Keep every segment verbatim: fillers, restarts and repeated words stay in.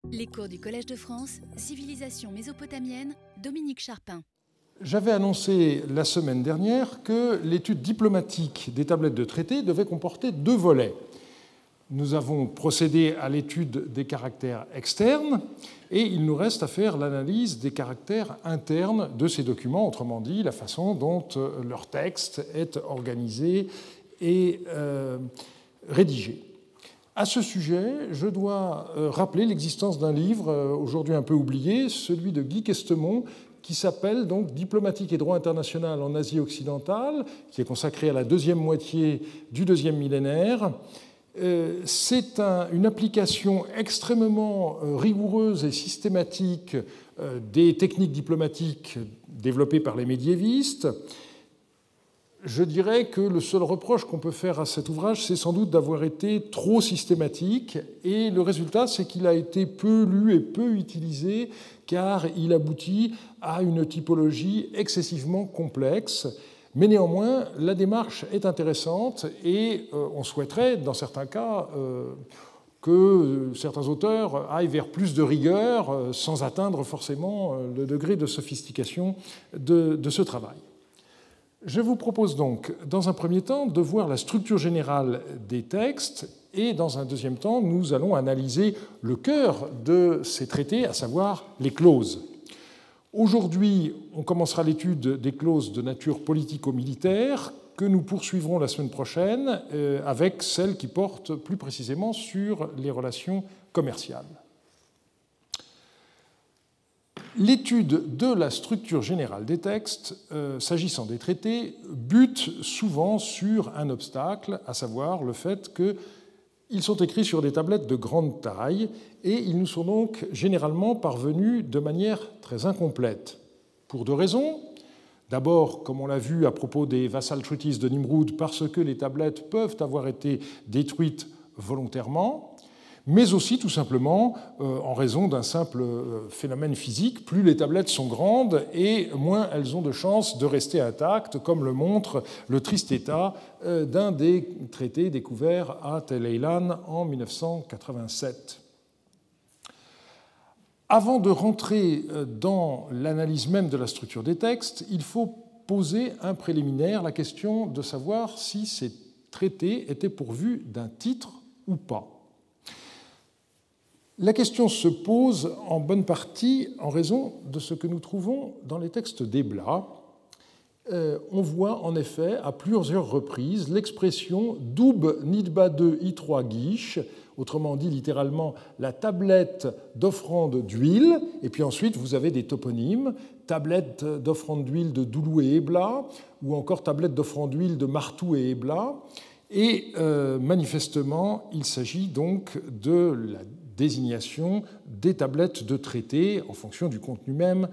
Les cours du Collège de France, Civilisation mésopotamienne, Dominique Charpin. J'avais annoncé la semaine dernière que l'étude diplomatique des tablettes de traité devait comporter deux volets. Nous avons procédé à l'étude des caractères externes et il nous reste à faire l'analyse des caractères internes de ces documents, autrement dit la façon dont leur texte est organisé et euh, rédigé. À ce sujet, je dois rappeler l'existence d'un livre aujourd'hui un peu oublié, celui de Guy Questemont, qui s'appelle donc Diplomatique et droit international en Asie occidentale, qui est consacré à la deuxième moitié du deuxième millénaire. C'est un, une application extrêmement rigoureuse et systématique des techniques diplomatiques développées par les médiévistes. Je dirais que le seul reproche qu'on peut faire à cet ouvrage, c'est sans doute d'avoir été trop systématique, et le résultat, c'est qu'il a été peu lu et peu utilisé, car il aboutit à une typologie excessivement complexe. Mais néanmoins, la démarche est intéressante, et on souhaiterait, dans certains cas, que certains auteurs aillent vers plus de rigueur, sans atteindre forcément le degré de sophistication de, de ce travail. Je vous propose donc, dans un premier temps, de voir la structure générale des textes et, dans un deuxième temps, nous allons analyser le cœur de ces traités, à savoir les clauses. Aujourd'hui, on commencera l'étude des clauses de nature politico-militaire que nous poursuivrons la semaine prochaine avec celles qui portent plus précisément sur les relations commerciales. L'étude de la structure générale des textes, euh, s'agissant des traités, bute souvent sur un obstacle, à savoir le fait qu'ils sont écrits sur des tablettes de grande taille et ils nous sont donc généralement parvenus de manière très incomplète. Pour deux raisons. D'abord, comme on l'a vu à propos des Vassal Treaties de Nimrud, parce que les tablettes peuvent avoir été détruites volontairement, mais aussi tout simplement euh, en raison d'un simple euh, phénomène physique. Plus les tablettes sont grandes et moins elles ont de chances de rester intactes, comme le montre le triste état euh, d'un des traités découverts à Tel Eilan en mille neuf cent quatre-vingt-sept. Avant de rentrer dans l'analyse même de la structure des textes, il faut poser un préliminaire, la question de savoir si ces traités étaient pourvus d'un titre ou pas. La question se pose en bonne partie en raison de ce que nous trouvons dans les textes d'Ebla. Euh, on voit en effet à plusieurs reprises l'expression Doub Nidba deux I trois Guiche, autrement dit littéralement la tablette d'offrande d'huile, et puis ensuite vous avez des toponymes, tablette d'offrande d'huile de Doulou et Ebla, ou encore tablette d'offrande d'huile de Martou et Ebla. Et euh, manifestement, il s'agit donc de la désignation des tablettes de traité en fonction du contenu même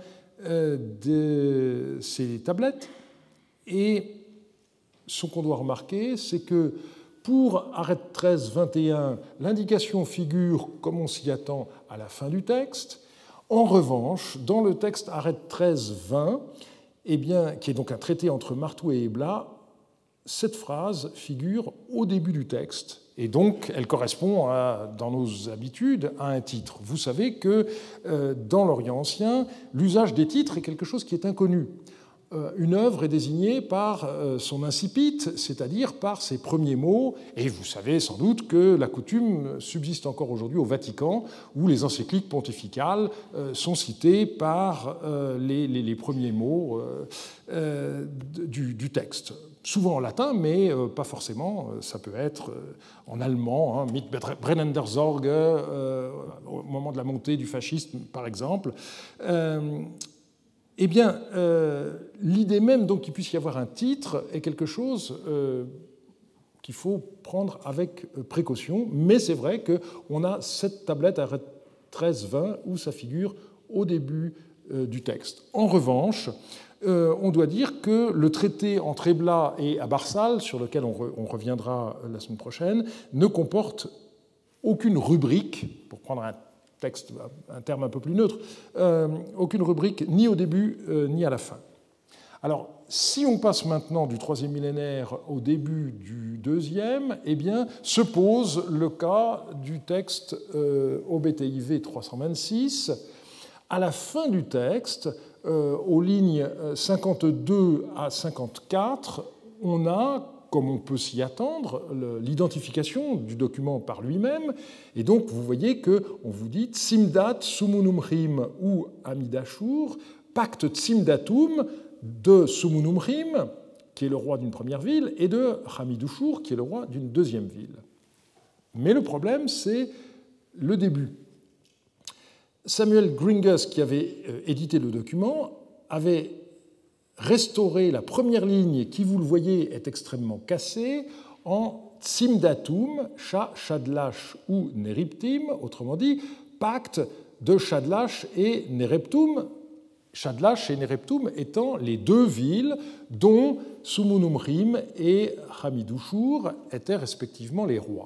de ces tablettes. Et ce qu'on doit remarquer, c'est que pour Arrêt treize vingt et un, l'indication figure, comme on s'y attend, à la fin du texte. En revanche, dans le texte Arrêt treize vingt, eh bien, qui est donc un traité entre Martou et Ebla, cette phrase figure au début du texte. Et donc, elle correspond, à, dans nos habitudes, à un titre. Vous savez que euh, dans l'Orient ancien, l'usage des titres est quelque chose qui est inconnu. Euh, une œuvre est désignée par euh, son incipit, c'est-à-dire par ses premiers mots. Et vous savez sans doute que la coutume subsiste encore aujourd'hui au Vatican, où les encycliques pontificales euh, sont citées par euh, les, les, les premiers mots euh, euh, du, du texte. Souvent en latin, mais euh, pas forcément. Ça peut être euh, en allemand, hein, mit brennender Sorge, euh, au moment de la montée du fascisme, par exemple. Euh, eh bien, euh, l'idée même donc qu'il puisse y avoir un titre est quelque chose euh, qu'il faut prendre avec précaution, mais c'est vrai qu'on a cette tablette à treize vingt où ça figure au début euh, du texte. En revanche, Euh, on doit dire que le traité entre Ebla et Abarsal, sur lequel on, re, on reviendra la semaine prochaine, ne comporte aucune rubrique, pour prendre un texte, un terme un peu plus neutre, euh, aucune rubrique ni au début euh, ni à la fin. Alors, si on passe maintenant du troisième millénaire au début du deuxième, eh bien, se pose le cas du texte euh, O B T I V trois cent vingt-six. À la fin du texte, euh, aux lignes cinquante-deux à cinquante-quatre, on a, comme on peut s'y attendre, l'identification du document par lui-même. Et donc, vous voyez qu'on vous dit Tsimdat Sumunumrim ou Amidashur, pacte Tsimdatum de Sumunumrim, qui est le roi d'une première ville, et de Hamidushur, qui est le roi d'une deuxième ville. Mais le problème, c'est le début. Samuel Gringus, qui avait édité le document, avait restauré la première ligne qui, vous le voyez, est extrêmement cassée, en Tsimdatum, Sha, Shadlash ou Neriptim, autrement dit, pacte de Shadlash et Nereptum, Shadlash et Nereptum étant les deux villes dont Sumunumrim et Hamidushur étaient respectivement les rois.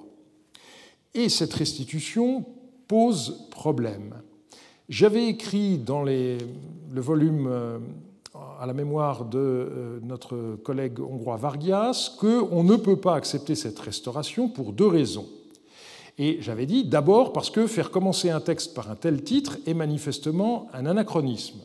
Et cette restitution pose problème. J'avais écrit dans les, le volume à la mémoire de notre collègue hongrois Vargias qu'on ne peut pas accepter cette restauration pour deux raisons. Et j'avais dit d'abord parce que faire commencer un texte par un tel titre est manifestement un anachronisme.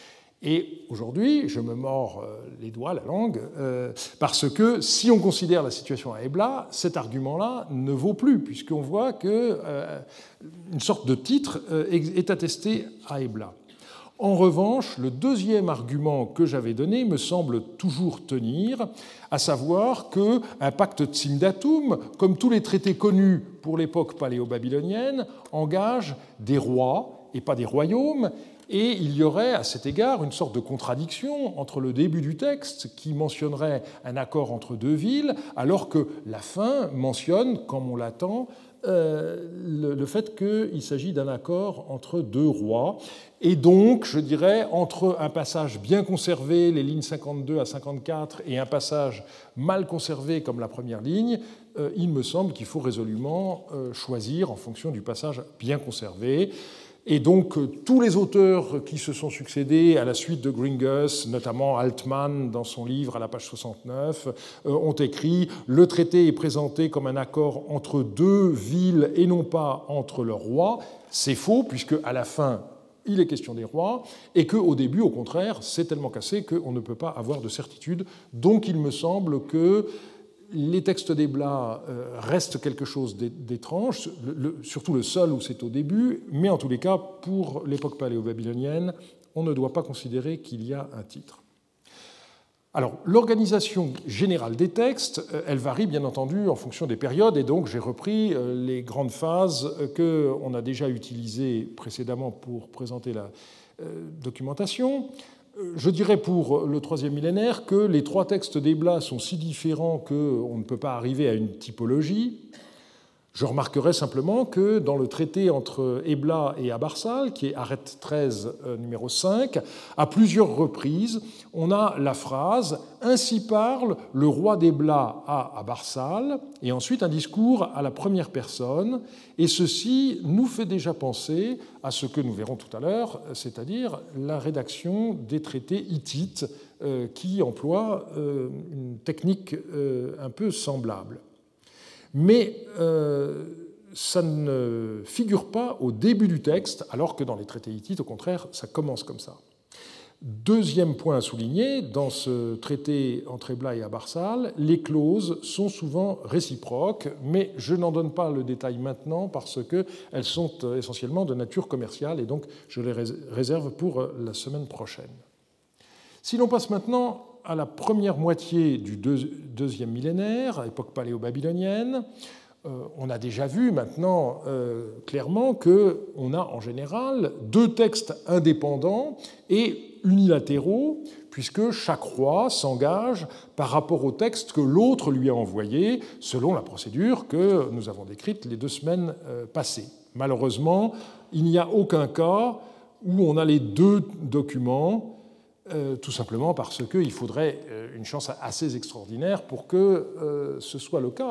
Et aujourd'hui, je me mords les doigts, la langue, euh, parce que si on considère la situation à Ebla, cet argument-là ne vaut plus, puisqu'on voit qu'une euh, sorte de titre euh, est attesté à Ebla. En revanche, le deuxième argument que j'avais donné me semble toujours tenir, à savoir qu'un pacte Tsimdatum, comme tous les traités connus pour l'époque paléo-babylonienne, engage des rois et pas des royaumes. Et il y aurait à cet égard une sorte de contradiction entre le début du texte, qui mentionnerait un accord entre deux villes, alors que la fin mentionne, comme on l'attend, euh, le, le fait qu'il s'agit d'un accord entre deux rois. Et donc, je dirais, entre un passage bien conservé, les lignes cinquante-deux à cinquante-quatre, et un passage mal conservé comme la première ligne, euh, il me semble qu'il faut résolument euh, choisir en fonction du passage bien conservé. Et donc, tous les auteurs qui se sont succédés à la suite de Gringus, notamment Altman dans son livre à la page soixante-neuf, ont écrit « Le traité est présenté comme un accord entre deux villes et non pas entre leurs rois ». C'est faux, puisque à la fin, il est question des rois, et qu'au début, au contraire, c'est tellement cassé qu'on ne peut pas avoir de certitude. Donc, il me semble que les textes d'Ebla restent quelque chose d'étrange, surtout le seul où c'est au début, mais en tous les cas, pour l'époque paléo-babylonienne, on ne doit pas considérer qu'il y a un titre. Alors, l'organisation générale des textes, elle varie bien entendu en fonction des périodes, et donc j'ai repris les grandes phases qu'on a déjà utilisées précédemment pour présenter la documentation. Je dirais pour le troisième millénaire que les trois textes d'Ebla sont si différents qu'on ne peut pas arriver à une typologie. Je remarquerai simplement que dans le traité entre Ebla et Abarsal, qui est Arrêt treize, numéro cinq, à plusieurs reprises, on a la phrase « Ainsi parle le roi d'Ebla à Abarsal » et ensuite un discours à la première personne. Et ceci nous fait déjà penser à ce que nous verrons tout à l'heure, c'est-à-dire la rédaction des traités hittites euh, qui emploient euh, une technique euh, un peu semblable. Mais euh, ça ne figure pas au début du texte, alors que dans les traités hittites, au contraire, ça commence comme ça. Deuxième point à souligner, dans ce traité entre Ebla et Abarsal, les clauses sont souvent réciproques, mais je n'en donne pas le détail maintenant parce qu'elles sont essentiellement de nature commerciale et donc je les réserve pour la semaine prochaine. Si l'on passe maintenant à la première moitié du deuxième millénaire, à l'époque paléo-babylonienne, euh, on a déjà vu maintenant euh, clairement qu'on a en général deux textes indépendants et unilatéraux, puisque chaque roi s'engage par rapport au texte que l'autre lui a envoyé, selon la procédure que nous avons décrite les deux semaines euh, passées. Malheureusement, il n'y a aucun cas où on a les deux documents, Euh, tout simplement parce qu'il faudrait une chance assez extraordinaire pour que euh, ce soit le cas.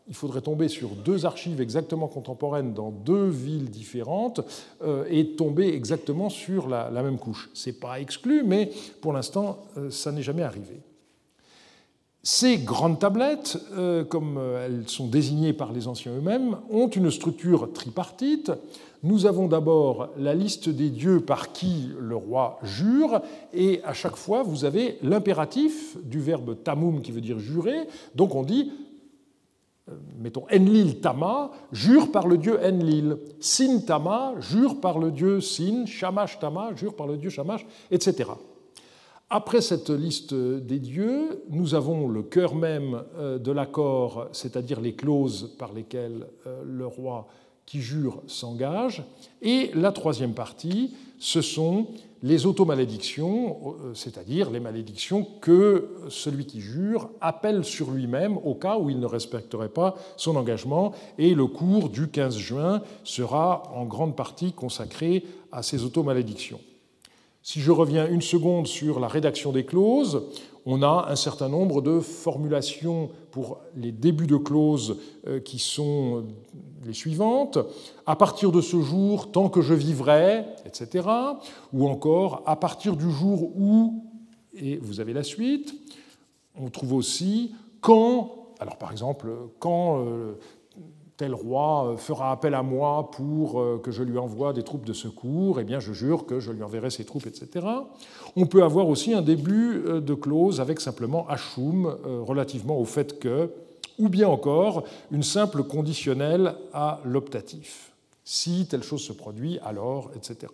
il faudrait tomber sur deux archives exactement contemporaines dans deux villes différentes euh, et tomber exactement sur la, la même couche. Ce n'est pas exclu, mais pour l'instant, euh, ça n'est jamais arrivé. Ces grandes tablettes, euh, comme elles sont désignées par les anciens eux-mêmes, ont une structure tripartite. Nous avons d'abord la liste des dieux par qui le roi jure, et à chaque fois, vous avez l'impératif du verbe tamum qui veut dire jurer. Donc on dit, mettons, Enlil Tama, jure par le dieu Enlil. Sin Tama, jure par le dieu Sin. Shamash Tama, jure par le dieu Shamash, et cetera. Après cette liste des dieux, nous avons le cœur même de l'accord, c'est-à-dire les clauses par lesquelles le roi qui jure s'engage. Et la troisième partie, ce sont les automalédictions, c'est-à-dire les malédictions que celui qui jure appelle sur lui-même au cas où il ne respecterait pas son engagement. Et le cours du quinze juin sera en grande partie consacré à ces automalédictions. Si je reviens une seconde sur la rédaction des clauses, on a un certain nombre de formulations pour les débuts de clauses qui sont les suivantes. À partir de ce jour, tant que je vivrai, et cetera. Ou encore, à partir du jour où, et vous avez la suite. On trouve aussi quand, alors par exemple, quand tel roi fera appel à moi pour que je lui envoie des troupes de secours, eh bien je jure que je lui enverrai ces troupes, et cetera. On peut avoir aussi un début de clause avec simplement Hachum, relativement au fait que, ou bien encore une simple conditionnelle à l'optatif. Si telle chose se produit, alors, et cetera.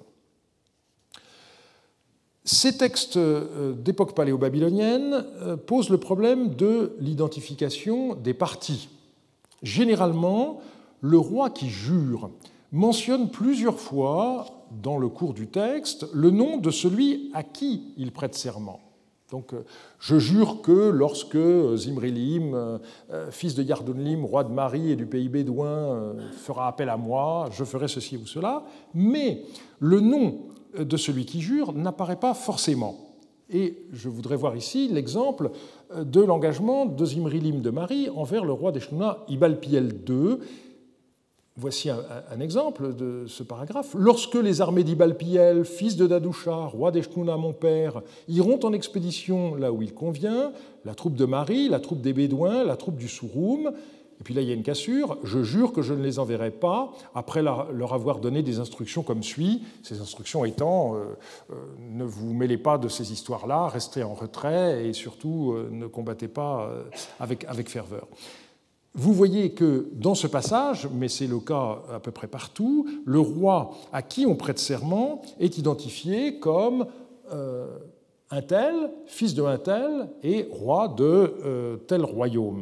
Ces textes d'époque paléo-babylonienne posent le problème de l'identification des parties. Généralement, le roi qui jure mentionne plusieurs fois dans le cours du texte le nom de celui à qui il prête serment. Donc, je jure que lorsque Zimrilim, fils de Yardunlim, roi de Mari et du pays bédouin, fera appel à moi, je ferai ceci ou cela, mais le nom de celui qui jure n'apparaît pas forcément. Et je voudrais voir ici l'exemple de l'engagement de Zimrilim de Mari envers le roi d'Eshnuna, Ibalpiel deux. Voici un, un exemple de ce paragraphe. Lorsque les armées d'Ibalpiel, fils de Dadusha, roi d'Eshnuna, mon père, iront en expédition là où il convient, la troupe de Mari, la troupe des Bédouins, la troupe du Souroum, et puis là il y a une cassure, je jure que je ne les enverrai pas après leur avoir donné des instructions comme suit, ces instructions étant euh, euh, ne vous mêlez pas de ces histoires-là, restez en retrait et surtout euh, ne combattez pas euh, avec, avec ferveur. Vous voyez que dans ce passage, mais c'est le cas à peu près partout, le roi à qui on prête serment est identifié comme euh, un tel, fils de un tel et roi de euh, tel royaume.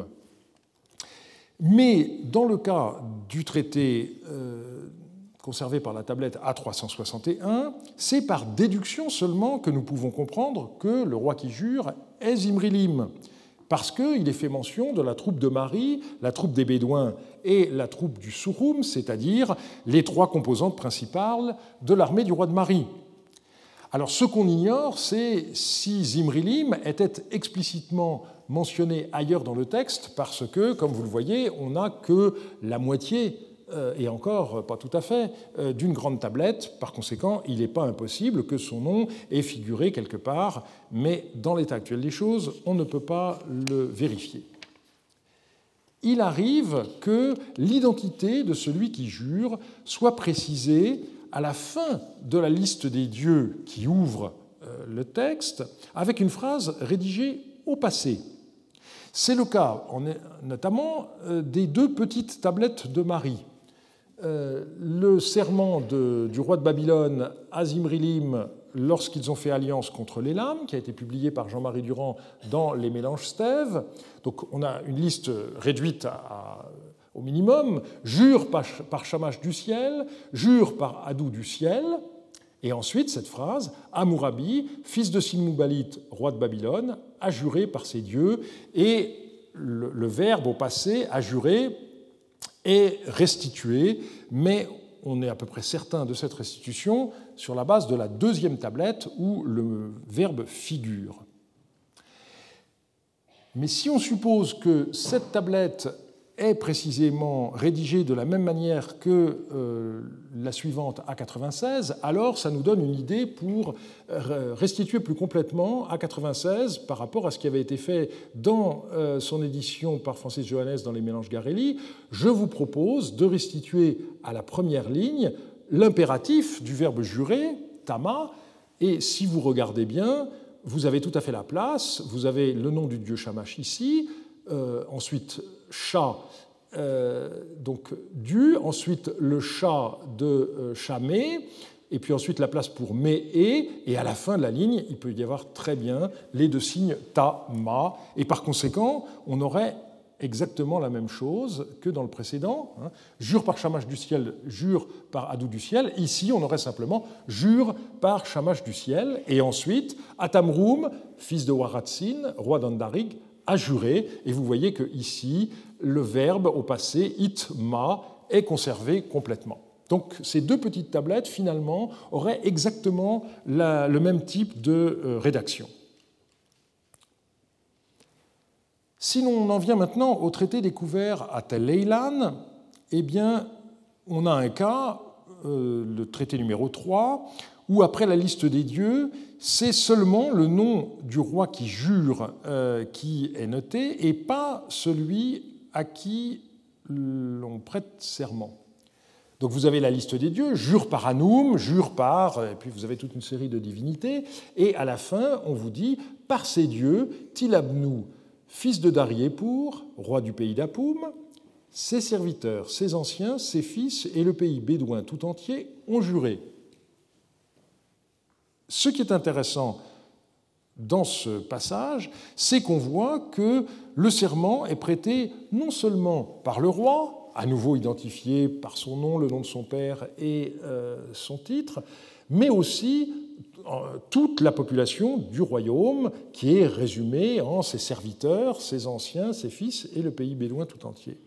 Mais dans le cas du traité euh, conservé par la tablette A trois cent soixante et un, c'est par déduction seulement que nous pouvons comprendre que le roi qui jure est Zimrilim, parce qu'il est fait mention de la troupe de Mari, la troupe des Bédouins et la troupe du Souroum, c'est-à-dire les trois composantes principales de l'armée du roi de Mari. Alors ce qu'on ignore, c'est si Zimrilim était explicitement mentionné ailleurs dans le texte, parce que, comme vous le voyez, on n'a que la moitié, et encore pas tout à fait, d'une grande tablette. Par conséquent, il n'est pas impossible que son nom ait figuré quelque part, mais dans l'état actuel des choses, on ne peut pas le vérifier. Il arrive que l'identité de celui qui jure soit précisée à la fin de la liste des dieux qui ouvre le texte, avec une phrase rédigée au passé. C'est le cas notamment des deux petites tablettes de Mari. Le serment de, du roi de Babylone à Zimrilim lorsqu'ils ont fait alliance contre l'Élam, qui a été publié par Jean-Marie Durand dans Les Mélanges Stèves. Donc on a une liste réduite à, à, au minimum. Jure par, par Shamash du ciel, jure par Adou du ciel. Et ensuite, cette phrase, Hammurabi, fils de Sinmubalit, roi de Babylone, a juré par ses dieux, et le, le verbe au passé, a juré, est restitué, mais on est à peu près certain de cette restitution sur la base de la deuxième tablette où le verbe figure. Mais si on suppose que cette tablette est précisément rédigée de la même manière que euh, la suivante A quatre-vingt-seize, alors ça nous donne une idée pour restituer plus complètement A quatre-vingt-seize par rapport à ce qui avait été fait dans euh, son édition par Francis Johannes dans les Mélanges Garelli. Je vous propose de restituer à la première ligne l'impératif du verbe jurer, tama, et si vous regardez bien, vous avez tout à fait la place, vous avez le nom du dieu Shamash ici, euh, ensuite Sha, euh, donc du, ensuite le Sha de euh, Shamé, et puis ensuite la place pour me et, et à la fin de la ligne, il peut y avoir très bien les deux signes ta, ma, et par conséquent, on aurait exactement la même chose que dans le précédent. Hein. Jure par Shamash du ciel, jure par Adou du ciel. Ici, on aurait simplement jure par Shamash du ciel, et ensuite Atamroum, fils de Waratsin, roi d'Andarig, a juré, et vous voyez que ici, le verbe au passé, it, ma, est conservé complètement. Donc ces deux petites tablettes, finalement, auraient exactement la, le même type de euh, rédaction. Si l'on en vient maintenant au traité découvert à Tel Eilan, eh bien, on a un cas, euh, le traité numéro trois, où après la liste des dieux, c'est seulement le nom du roi qui jure euh, qui est noté et pas celui à qui l'on prête serment. Donc vous avez la liste des dieux, jure par Anoum, jure par, et puis vous avez toute une série de divinités, et à la fin, on vous dit, par ces dieux, Tilabnou, fils de Dariépour, roi du pays d'Apoum, ses serviteurs, ses anciens, ses fils et le pays bédouin tout entier ont juré. Ce qui est intéressant dans ce passage, c'est qu'on voit que le serment est prêté non seulement par le roi, à nouveau identifié par son nom, le nom de son père et euh, son titre, mais aussi euh, toute la population du royaume qui est résumée en ses serviteurs, ses anciens, ses fils et le pays bédouin tout entier.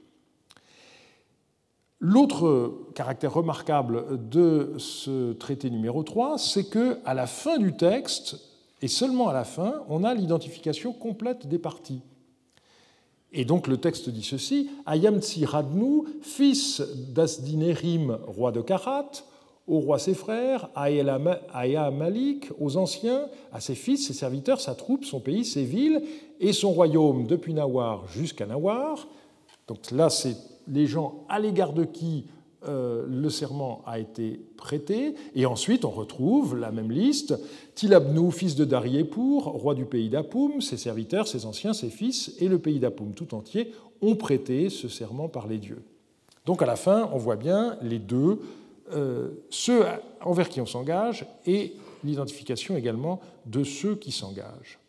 L'autre caractère remarquable de ce traité numéro trois, c'est qu'à la fin du texte, et seulement à la fin, on a l'identification complète des parties. Et donc le texte dit ceci, Ayamtsi Radnou, fils d'Asdinérim, roi de Karat, au roi ses frères, à Aya Malik, aux anciens, à ses fils, ses serviteurs, sa troupe, son pays, ses villes, et son royaume depuis Nawar jusqu'à Nawar. Donc là, c'est les gens à l'égard de qui euh, le serment a été prêté. Et ensuite, on retrouve la même liste. Tilabnou, fils de Dariépour, roi du pays d'Apoum, ses serviteurs, ses anciens, ses fils, et le pays d'Apoum tout entier ont prêté ce serment par les dieux. Donc à la fin, on voit bien les deux, euh, ceux envers qui on s'engage et l'identification également de ceux qui s'engagent.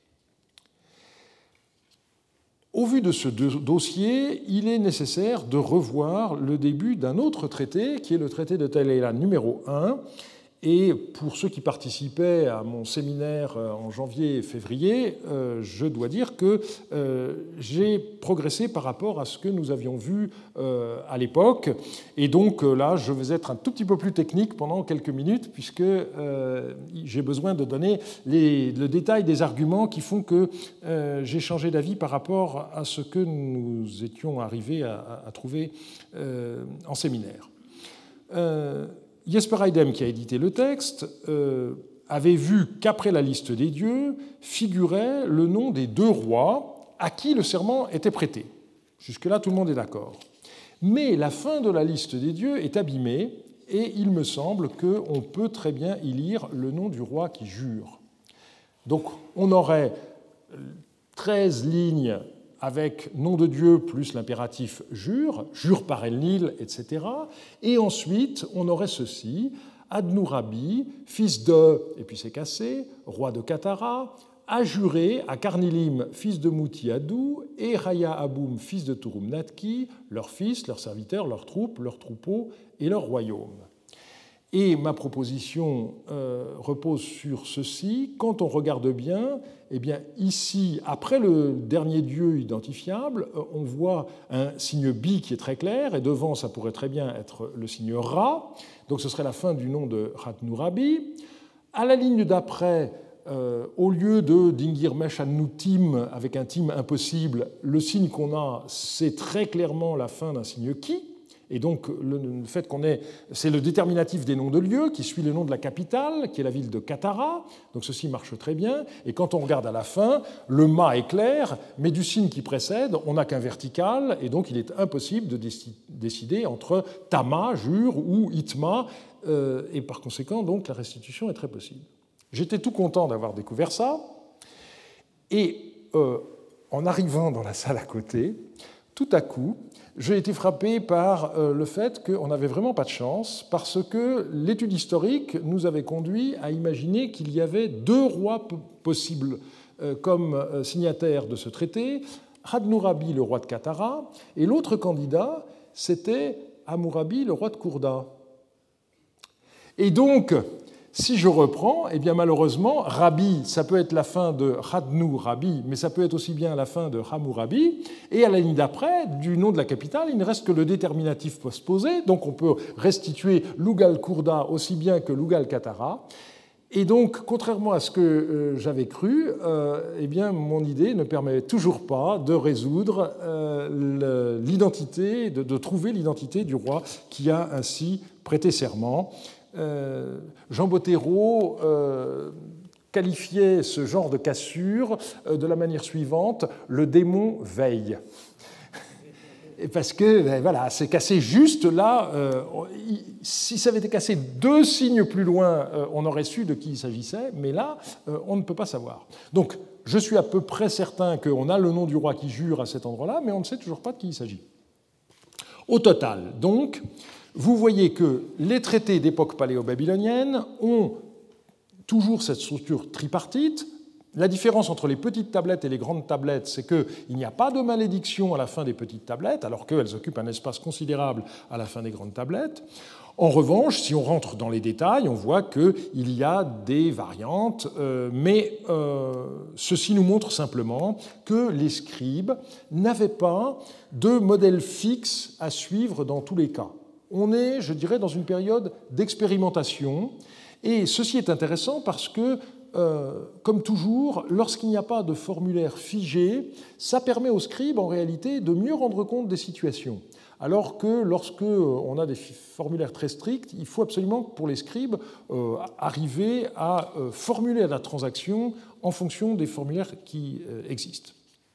Au vu de ce dossier, il est nécessaire de revoir le début d'un autre traité, qui est le traité de Tel Eilan numéro un. Et pour ceux qui participaient à mon séminaire en janvier et février, je dois dire que j'ai progressé par rapport à ce que nous avions vu à l'époque. Et donc là, je vais être un tout petit peu plus technique pendant quelques minutes, puisque j'ai besoin de donner les, le détail des arguments qui font que j'ai changé d'avis par rapport à ce que nous étions arrivés à, à trouver en séminaire. Euh, Jesper Eidem, qui a édité le texte, euh, avait vu qu'après la liste des dieux figurait le nom des deux rois à qui le serment était prêté. Jusque-là, tout le monde est d'accord. Mais la fin de la liste des dieux est abîmée et il me semble qu'on peut très bien y lire le nom du roi qui jure. Donc on aurait treize lignes avec nom de Dieu plus l'impératif jure, jure par El-Nil, et cetera. Et ensuite, on aurait ceci, Adnourabi, fils de, et puis c'est cassé, roi de Katara, a juré à Karnilim, fils de Mouti Adou, et Raya Aboum, fils de Turum Natki, leurs fils, leurs serviteurs, leurs troupes, leurs troupeaux et leur royaume. Et ma proposition euh, repose sur ceci. Quand on regarde bien, eh bien, ici, après le dernier dieu identifiable, on voit un signe Bi qui est très clair, et devant, ça pourrait très bien être le signe Ra. Donc ce serait la fin du nom de Ratnourabi. À la ligne d'après, euh, au lieu de Dingir Mesh Annutim avec un tim impossible, le signe qu'on a, c'est très clairement la fin d'un signe qui. Et donc, le fait qu'on ait, c'est le déterminatif des noms de lieux qui suit le nom de la capitale, qui est la ville de Katara. Donc, ceci marche très bien. Et quand on regarde à la fin, le ma est clair, mais du signe qui précède, on n'a qu'un vertical, et donc il est impossible de décider entre tama, jure, ou itma, euh, et par conséquent, donc, la restitution est très possible. J'étais tout content d'avoir découvert ça, et euh, en arrivant dans la salle à côté, tout à coup, j'ai été frappé par le fait qu'on n'avait vraiment pas de chance, parce que l'étude historique nous avait conduit à imaginer qu'il y avait deux rois possibles comme signataires de ce traité, Hammurabi, le roi de Katara, et l'autre candidat, c'était Hammurabi, le roi de Kourda. Et donc, si je reprends, eh bien malheureusement, Rabi, ça peut être la fin de Hadnu Rabi, mais ça peut être aussi bien la fin de Hammurabi. Et à la ligne d'après, du nom de la capitale, il ne reste que le déterminatif postposé, donc on peut restituer Lugal Kourda aussi bien que Lugal Katara. Et donc, contrairement à ce que euh, j'avais cru, euh, eh bien, mon idée ne permet toujours pas de résoudre euh, l'identité, de, de trouver l'identité du roi qui a ainsi prêté serment. Euh, Jean Bottero euh, qualifiait ce genre de cassure euh, de la manière suivante: le démon veille. Et parce que ben, voilà, c'est cassé juste là. Euh, si ça avait été cassé deux signes plus loin, euh, on aurait su de qui il s'agissait, mais là, euh, on ne peut pas savoir. Donc, je suis à peu près certain qu'on a le nom du roi qui jure à cet endroit-là, mais on ne sait toujours pas de qui il s'agit. Au total, donc, vous voyez que les traités d'époque paléo-babylonienne ont toujours cette structure tripartite. La différence entre les petites tablettes et les grandes tablettes, c'est qu'il n'y a pas de malédiction à la fin des petites tablettes, alors qu'elles occupent un espace considérable à la fin des grandes tablettes. En revanche, si on rentre dans les détails, on voit qu'il y a des variantes, euh, mais euh, ceci nous montre simplement que les scribes n'avaient pas de modèle fixe à suivre dans tous les cas. On est, je dirais, dans une période d'expérimentation, et ceci est intéressant parce que, euh, comme toujours, lorsqu'il n'y a pas de formulaire figé, ça permet aux scribes, en réalité, de mieux rendre compte des situations. Alors que lorsqu'on a des formulaires très stricts, il faut absolument, pour les scribes, euh, arriver à euh, formuler la transaction en fonction des formulaires qui euh, existent.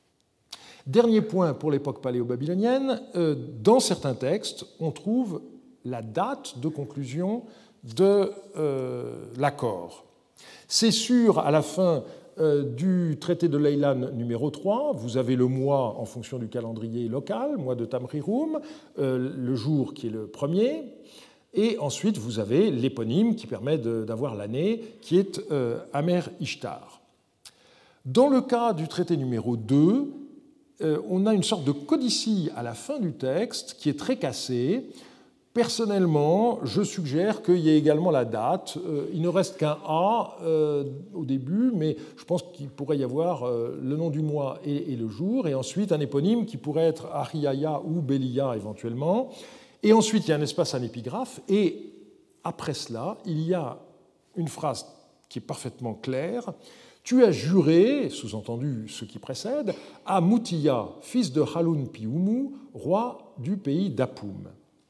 Dernier point pour l'époque paléo-babylonienne, euh, dans certains textes, on trouve la date de conclusion de euh, l'accord. C'est sûr, à la fin euh, du traité de Leilan numéro trois, vous avez le mois en fonction du calendrier local, mois de Tamrirum, euh, le jour qui est le premier, et ensuite vous avez l'éponyme qui permet d'avoir l'année, qui est euh, Amer Ishtar. Dans le cas du traité numéro deux, on a une sorte de codicie à la fin du texte qui est très cassée. Personnellement, je suggère qu'il y ait également la date. Il ne reste qu'un A au début, mais je pense qu'il pourrait y avoir le nom du mois et le jour, et ensuite un éponyme qui pourrait être Ariaya ou Belia éventuellement. Et ensuite, il y a un espace, un épigraphe, et après cela, il y a une phrase qui est parfaitement claire. Tu as juré, sous-entendu ce qui précède, à Mutiya, fils de Halun Piumu, roi du pays d'Apum.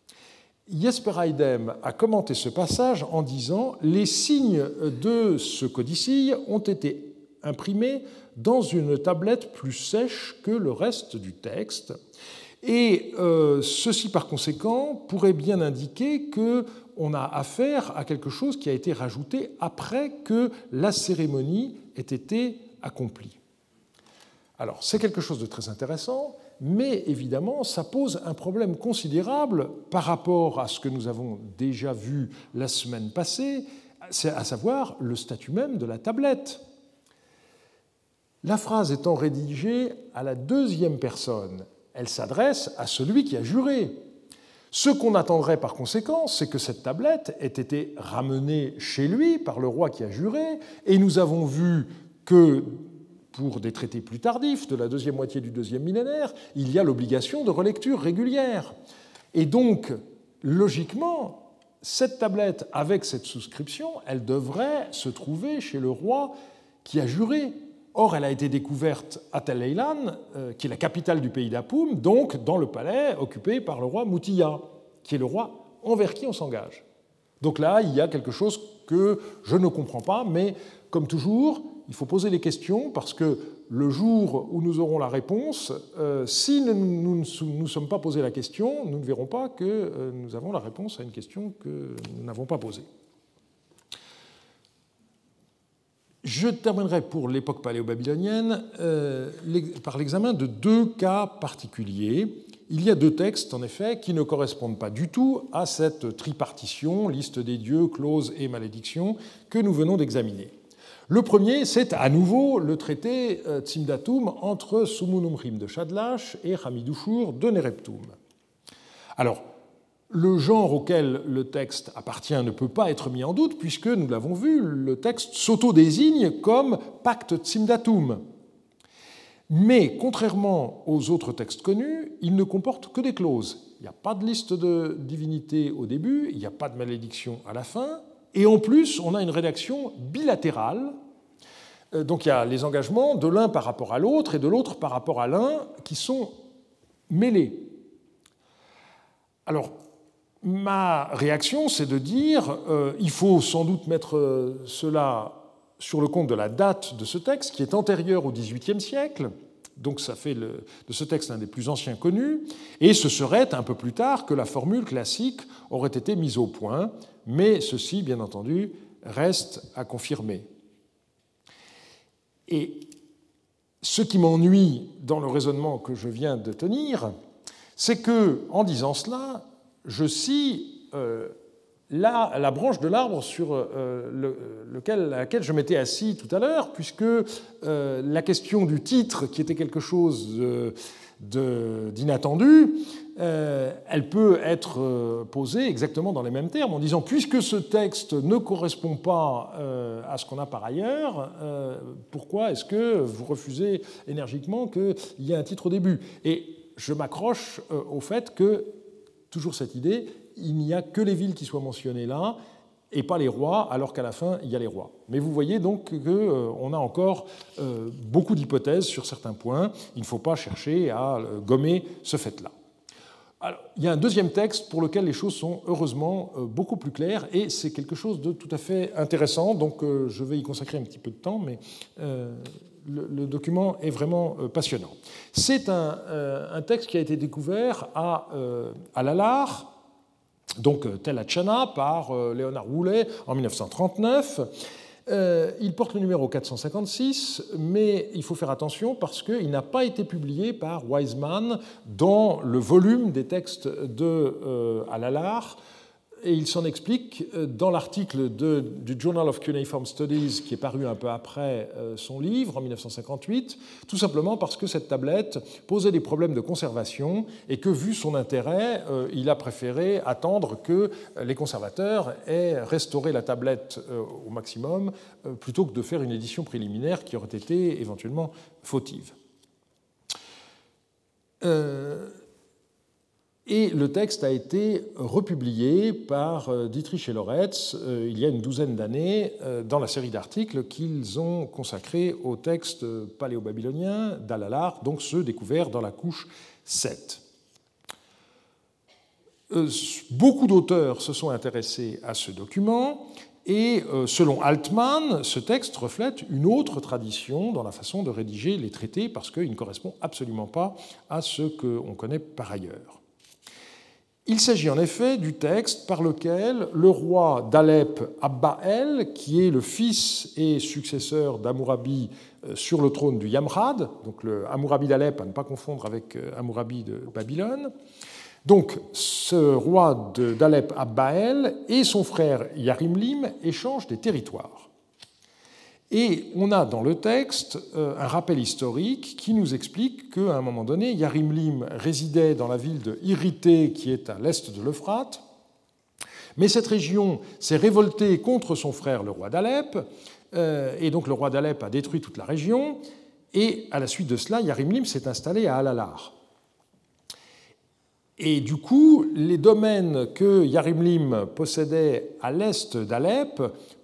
Jesper Eidem a commenté ce passage en disant « Les signes de ce codicille ont été imprimés dans une tablette plus sèche que le reste du texte. Et euh, ceci, par conséquent, pourrait bien indiquer qu'on a affaire à quelque chose qui a été rajouté après que la cérémonie ait été accomplie. » Alors, c'est quelque chose de très intéressant, mais évidemment, ça pose un problème considérable par rapport à ce que nous avons déjà vu la semaine passée, à savoir le statut même de la tablette. La phrase étant rédigée à la deuxième personne, elle s'adresse à celui qui a juré. Ce qu'on attendrait par conséquent, c'est que cette tablette ait été ramenée chez lui par le roi qui a juré, et nous avons vu que, pour des traités plus tardifs, de la deuxième moitié du deuxième millénaire, il y a l'obligation de relecture régulière. Et donc, logiquement, cette tablette, avec cette souscription, elle devrait se trouver chez le roi qui a juré. Or, elle a été découverte à Tel Eilan, euh, qui est la capitale du pays d'Apoum, donc dans le palais occupé par le roi Moutiya, qui est le roi envers qui on s'engage. Donc là, il y a quelque chose que je ne comprends pas, mais comme toujours, il faut poser les questions, parce que le jour où nous aurons la réponse, euh, si nous ne nous, nous sommes pas posé la question, nous ne verrons pas que euh, nous avons la réponse à une question que nous n'avons pas posée. Je terminerai pour l'époque paléo-babylonienne euh, par l'examen de deux cas particuliers. Il y a deux textes, en effet, qui ne correspondent pas du tout à cette tripartition, liste des dieux, clause et malédiction, que nous venons d'examiner. Le premier, c'est à nouveau le traité Tzimdatum entre Sumunumrim de Shadlach et Hamidushur de Nereptum. Alors, le genre auquel le texte appartient ne peut pas être mis en doute, puisque, nous l'avons vu, le texte s'auto-désigne comme pacte Tzimdatum. Mais, contrairement aux autres textes connus, il ne comporte que des clauses. Il n'y a pas de liste de divinités au début, il n'y a pas de malédiction à la fin, et en plus, on a une rédaction bilatérale. Donc il y a les engagements de l'un par rapport à l'autre et de l'autre par rapport à l'un qui sont mêlés. Alors, ma réaction, c'est de dire euh, il faut sans doute mettre cela sur le compte de la date de ce texte, qui est antérieure au dix-huitième siècle, donc ça fait le, de ce texte un des plus anciens connus, et ce serait un peu plus tard que la formule classique aurait été mise au point, mais ceci, bien entendu, reste à confirmer. Et ce qui m'ennuie dans le raisonnement que je viens de tenir, c'est que, en disant cela, je scie euh, la, la branche de l'arbre sur euh, le, lequel, laquelle je m'étais assis tout à l'heure, puisque euh, la question du titre, qui était quelque chose de, de, d'inattendu, euh, elle peut être posée exactement dans les mêmes termes, en disant, puisque ce texte ne correspond pas euh, à ce qu'on a par ailleurs, euh, pourquoi est-ce que vous refusez énergiquement qu'il y ait un titre au début ? Et je m'accroche euh, au fait que, toujours cette idée, il n'y a que les villes qui soient mentionnées là, et pas les rois, alors qu'à la fin, il y a les rois. Mais vous voyez donc qu'on euh, a encore euh, beaucoup d'hypothèses sur certains points. Il ne faut pas chercher à euh, gommer ce fait-là. Alors, il y a un deuxième texte pour lequel les choses sont heureusement euh, beaucoup plus claires, et c'est quelque chose de tout à fait intéressant, donc euh, je vais y consacrer un petit peu de temps, mais euh, le, le document est vraiment euh, passionnant. C'est un, euh, un texte qui a été découvert à, euh, à Lalar, donc Tel Hatshana, par Léonard Woolley en mille neuf cent trente-neuf. Euh, il porte le numéro quatre cent cinquante-six, mais il faut faire attention parce qu'il n'a pas été publié par Wiseman dans le volume des textes de euh, Al-Alar, et il s'en explique dans l'article de, du Journal of Cuneiform Studies qui est paru un peu après son livre en mille neuf cent cinquante-huit, tout simplement parce que cette tablette posait des problèmes de conservation et que, vu son intérêt, il a préféré attendre que les conservateurs aient restauré la tablette au maximum plutôt que de faire une édition préliminaire qui aurait été éventuellement fautive. Euh... Et le texte a été republié par Dietrich et Loretz il y a une douzaine d'années dans la série d'articles qu'ils ont consacrés au texte paléo-babylonien d'Al-Alar, donc ceux découverts dans la couche sept. Beaucoup d'auteurs se sont intéressés à ce document, et selon Altman, ce texte reflète une autre tradition dans la façon de rédiger les traités, parce qu'il ne correspond absolument pas à ce qu'on connaît par ailleurs. Il s'agit en effet du texte par lequel le roi d'Alep, Abbael, qui est le fils et successeur d'Hammurabi sur le trône du Yamrad, donc le Hammurabi d'Alep, à ne pas confondre avec Hammurabi de Babylone, donc ce roi d'Alep, Abbael, et son frère Yarimlim échangent des territoires. Et on a dans le texte un rappel historique qui nous explique qu'à un moment donné, Yarimlim résidait dans la ville de Irité, qui est à l'est de l'Euphrate, mais cette région s'est révoltée contre son frère, le roi d'Alep, et donc le roi d'Alep a détruit toute la région, et à la suite de cela, Yarimlim s'est installé à Al-Alar. Et du coup, les domaines que Yarimlim possédait à l'est d'Alep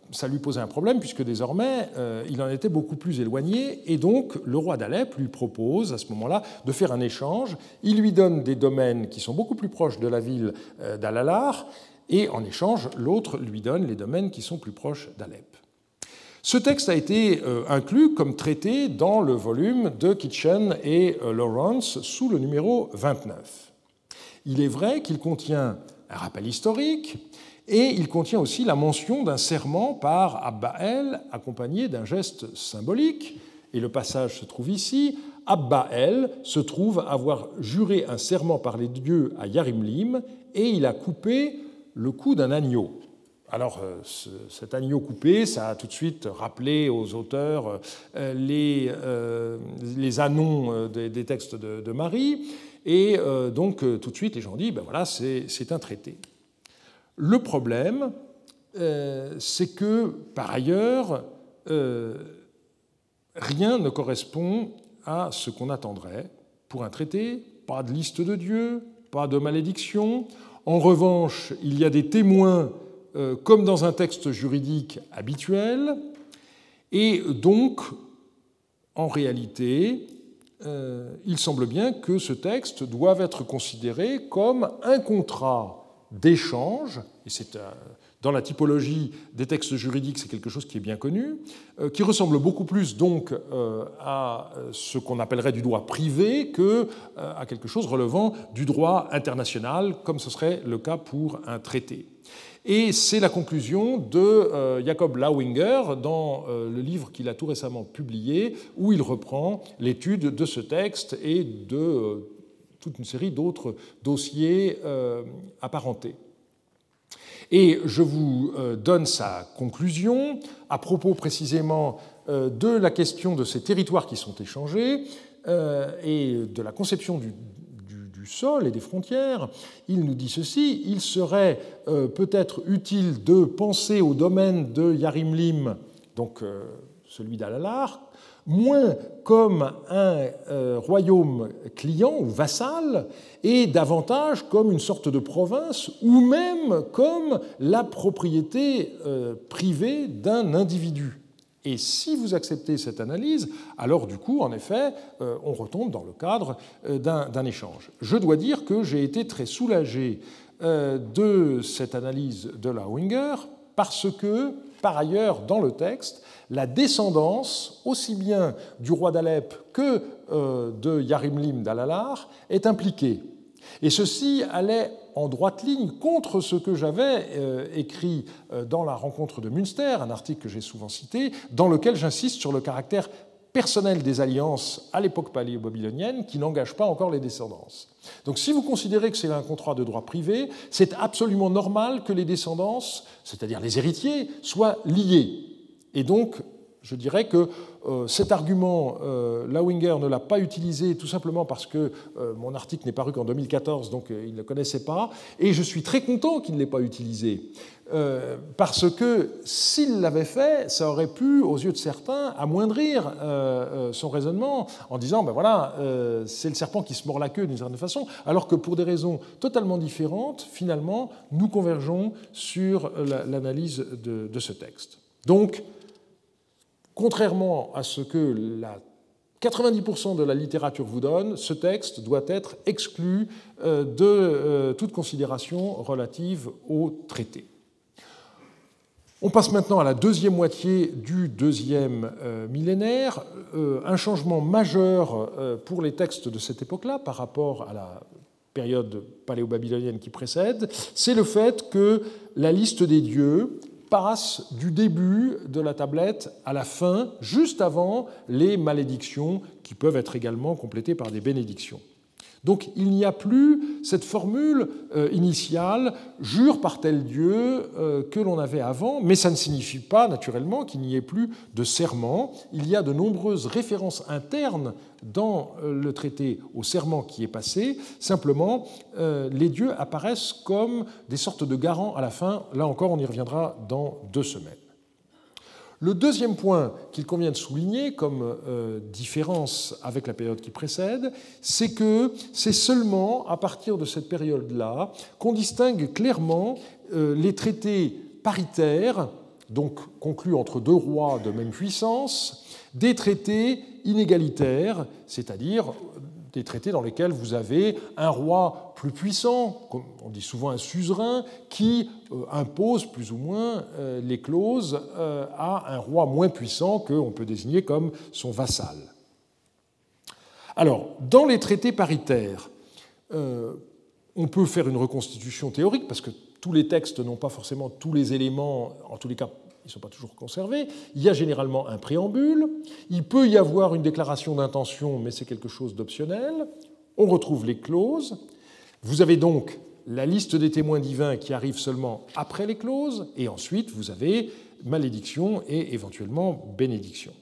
ça lui posait un problème, puisque désormais, euh, il en était beaucoup plus éloigné, et donc le roi d'Alep lui propose, à ce moment-là, de faire un échange. Il lui donne des domaines qui sont beaucoup plus proches de la ville euh, d'Al-Alar, et en échange, l'autre lui donne les domaines qui sont plus proches d'Alep. Ce texte a été euh, inclus comme traité dans le volume de Kitchen et euh, Lawrence sous le numéro vingt-neuf. Il est vrai qu'il contient un rappel historique, et il contient aussi la mention d'un serment par Abba-El, accompagné d'un geste symbolique. Et le passage se trouve ici. Abba-El se trouve avoir juré un serment par les dieux à Yarimlim, et il a coupé le cou d'un agneau. Alors, ce, cet agneau coupé, ça a tout de suite rappelé aux auteurs euh, les, euh, les annons des, des textes de, de Marie, et euh, donc tout de suite les gens disent, ben voilà, c'est, c'est un traité. Le problème, euh, c'est que, par ailleurs, euh, rien ne correspond à ce qu'on attendrait pour un traité, pas de liste de dieux, pas de malédiction. En revanche, il y a des témoins, euh, comme dans un texte juridique habituel, et donc, en réalité, euh, il semble bien que ce texte doive être considéré comme un contrat d'échange, et c'est dans la typologie des textes juridiques, c'est quelque chose qui est bien connu, qui ressemble beaucoup plus donc à ce qu'on appellerait du droit privé qu'à quelque chose relevant du droit international, comme ce serait le cas pour un traité. Et c'est la conclusion de Jacob Lauinger dans le livre qu'il a tout récemment publié, où il reprend l'étude de ce texte et de toute une série d'autres dossiers euh, apparentés. Et je vous euh, donne sa conclusion à propos précisément euh, de la question de ces territoires qui sont échangés euh, et de la conception du, du, du sol et des frontières. Il nous dit ceci: il serait euh, peut-être utile de penser au domaine de Yarimlim, donc euh, celui d'Al-Alar, moins comme un euh, royaume client ou vassal, et davantage comme une sorte de province, ou même comme la propriété euh, privée d'un individu. Et si vous acceptez cette analyse, alors du coup, en effet, euh, on retombe dans le cadre euh, d'un, d'un échange. Je dois dire que j'ai été très soulagé euh, de cette analyse de Lauinger, parce que, par ailleurs, dans le texte, la descendance, aussi bien du roi d'Alep que euh, de Yarimlim d'Al-Alar, est impliquée. Et ceci allait en droite ligne contre ce que j'avais euh, écrit euh, dans la rencontre de Münster, un article que j'ai souvent cité, dans lequel j'insiste sur le caractère personnel des alliances à l'époque paléo-babylonienne qui n'engagent pas encore les descendances. Donc si vous considérez que c'est un contrat de droit privé, c'est absolument normal que les descendances, c'est-à-dire les héritiers, soient liés. Et donc, je dirais que euh, cet argument, euh, Lauinger ne l'a pas utilisé tout simplement parce que euh, mon article n'est paru qu'en deux mille quatorze, donc euh, il ne le connaissait pas, et je suis très content qu'il ne l'ait pas utilisé, euh, parce que s'il l'avait fait, ça aurait pu, aux yeux de certains, amoindrir euh, son raisonnement en disant, ben voilà, euh, c'est le serpent qui se mord la queue d'une certaine façon, alors que pour des raisons totalement différentes, finalement, nous convergeons sur la, l'analyse de, de ce texte. Donc, contrairement à ce que la quatre-vingt-dix pour cent de la littérature vous donne, ce texte doit être exclu de toute considération relative au traité. On passe maintenant à la deuxième moitié du deuxième millénaire. Un changement majeur pour les textes de cette époque-là par rapport à la période paléo-babylonienne qui précède, c'est le fait que la liste des dieux passe du début de la tablette à la fin, juste avant les malédictions qui peuvent être également complétées par des bénédictions. Donc il n'y a plus cette formule euh, initiale « jure par tel Dieu euh, » que l'on avait avant, mais ça ne signifie pas naturellement qu'il n'y ait plus de serment. Il y a de nombreuses références internes dans euh, le traité au serment qui est passé. Simplement, euh, les dieux apparaissent comme des sortes de garants à la fin. Là encore, on y reviendra dans deux semaines. Le deuxième point qu'il convient de souligner comme euh, différence avec la période qui précède, c'est que c'est seulement à partir de cette période-là qu'on distingue clairement euh, les traités paritaires donc conclus entre deux rois de même puissance, des traités inégalitaires, c'est-à-dire des traités dans lesquels vous avez un roi plus puissant, comme on dit souvent un suzerain, qui euh, impose plus ou moins euh, les clauses euh, à un roi moins puissant qu'on peut désigner comme son vassal. Alors, dans les traités paritaires, euh, on peut faire une reconstitution théorique, parce que tous les textes n'ont pas forcément tous les éléments, en tous les cas, ils ne sont pas toujours conservés. Il y a généralement un préambule, il peut y avoir une déclaration d'intention, mais c'est quelque chose d'optionnel. On retrouve les clauses. Vous avez donc la liste des témoins divins qui arrive seulement après les clauses, et ensuite vous avez malédiction et éventuellement bénédiction.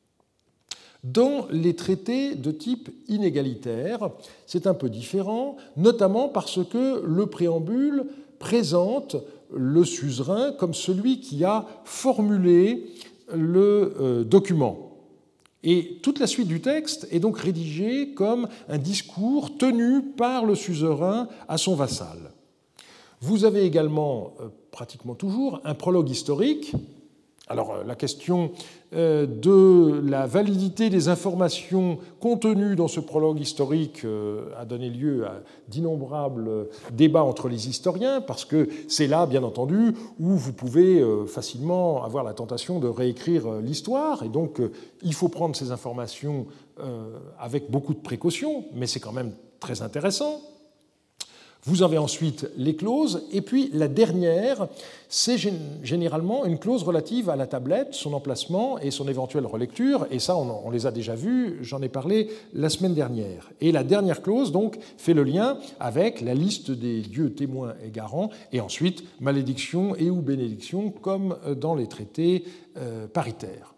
Dans les traités de type inégalitaire, c'est un peu différent, notamment parce que le préambule présente le suzerain comme celui qui a formulé le euh, document. Et toute la suite du texte est donc rédigée comme un discours tenu par le suzerain à son vassal. Vous avez également, euh, pratiquement toujours, un prologue historique. Alors, la question de la validité des informations contenues dans ce prologue historique a donné lieu à d'innombrables débats entre les historiens, parce que c'est là, bien entendu, où vous pouvez facilement avoir la tentation de réécrire l'histoire, et donc il faut prendre ces informations avec beaucoup de précaution, mais c'est quand même très intéressant. Vous avez ensuite les clauses, et puis la dernière, c'est généralement une clause relative à la tablette, son emplacement et son éventuelle relecture, et ça, on les a déjà vus, j'en ai parlé la semaine dernière. Et la dernière clause, donc, fait le lien avec la liste des dieux témoins et garants, et ensuite malédiction et ou bénédiction, comme dans les traités euh, paritaires.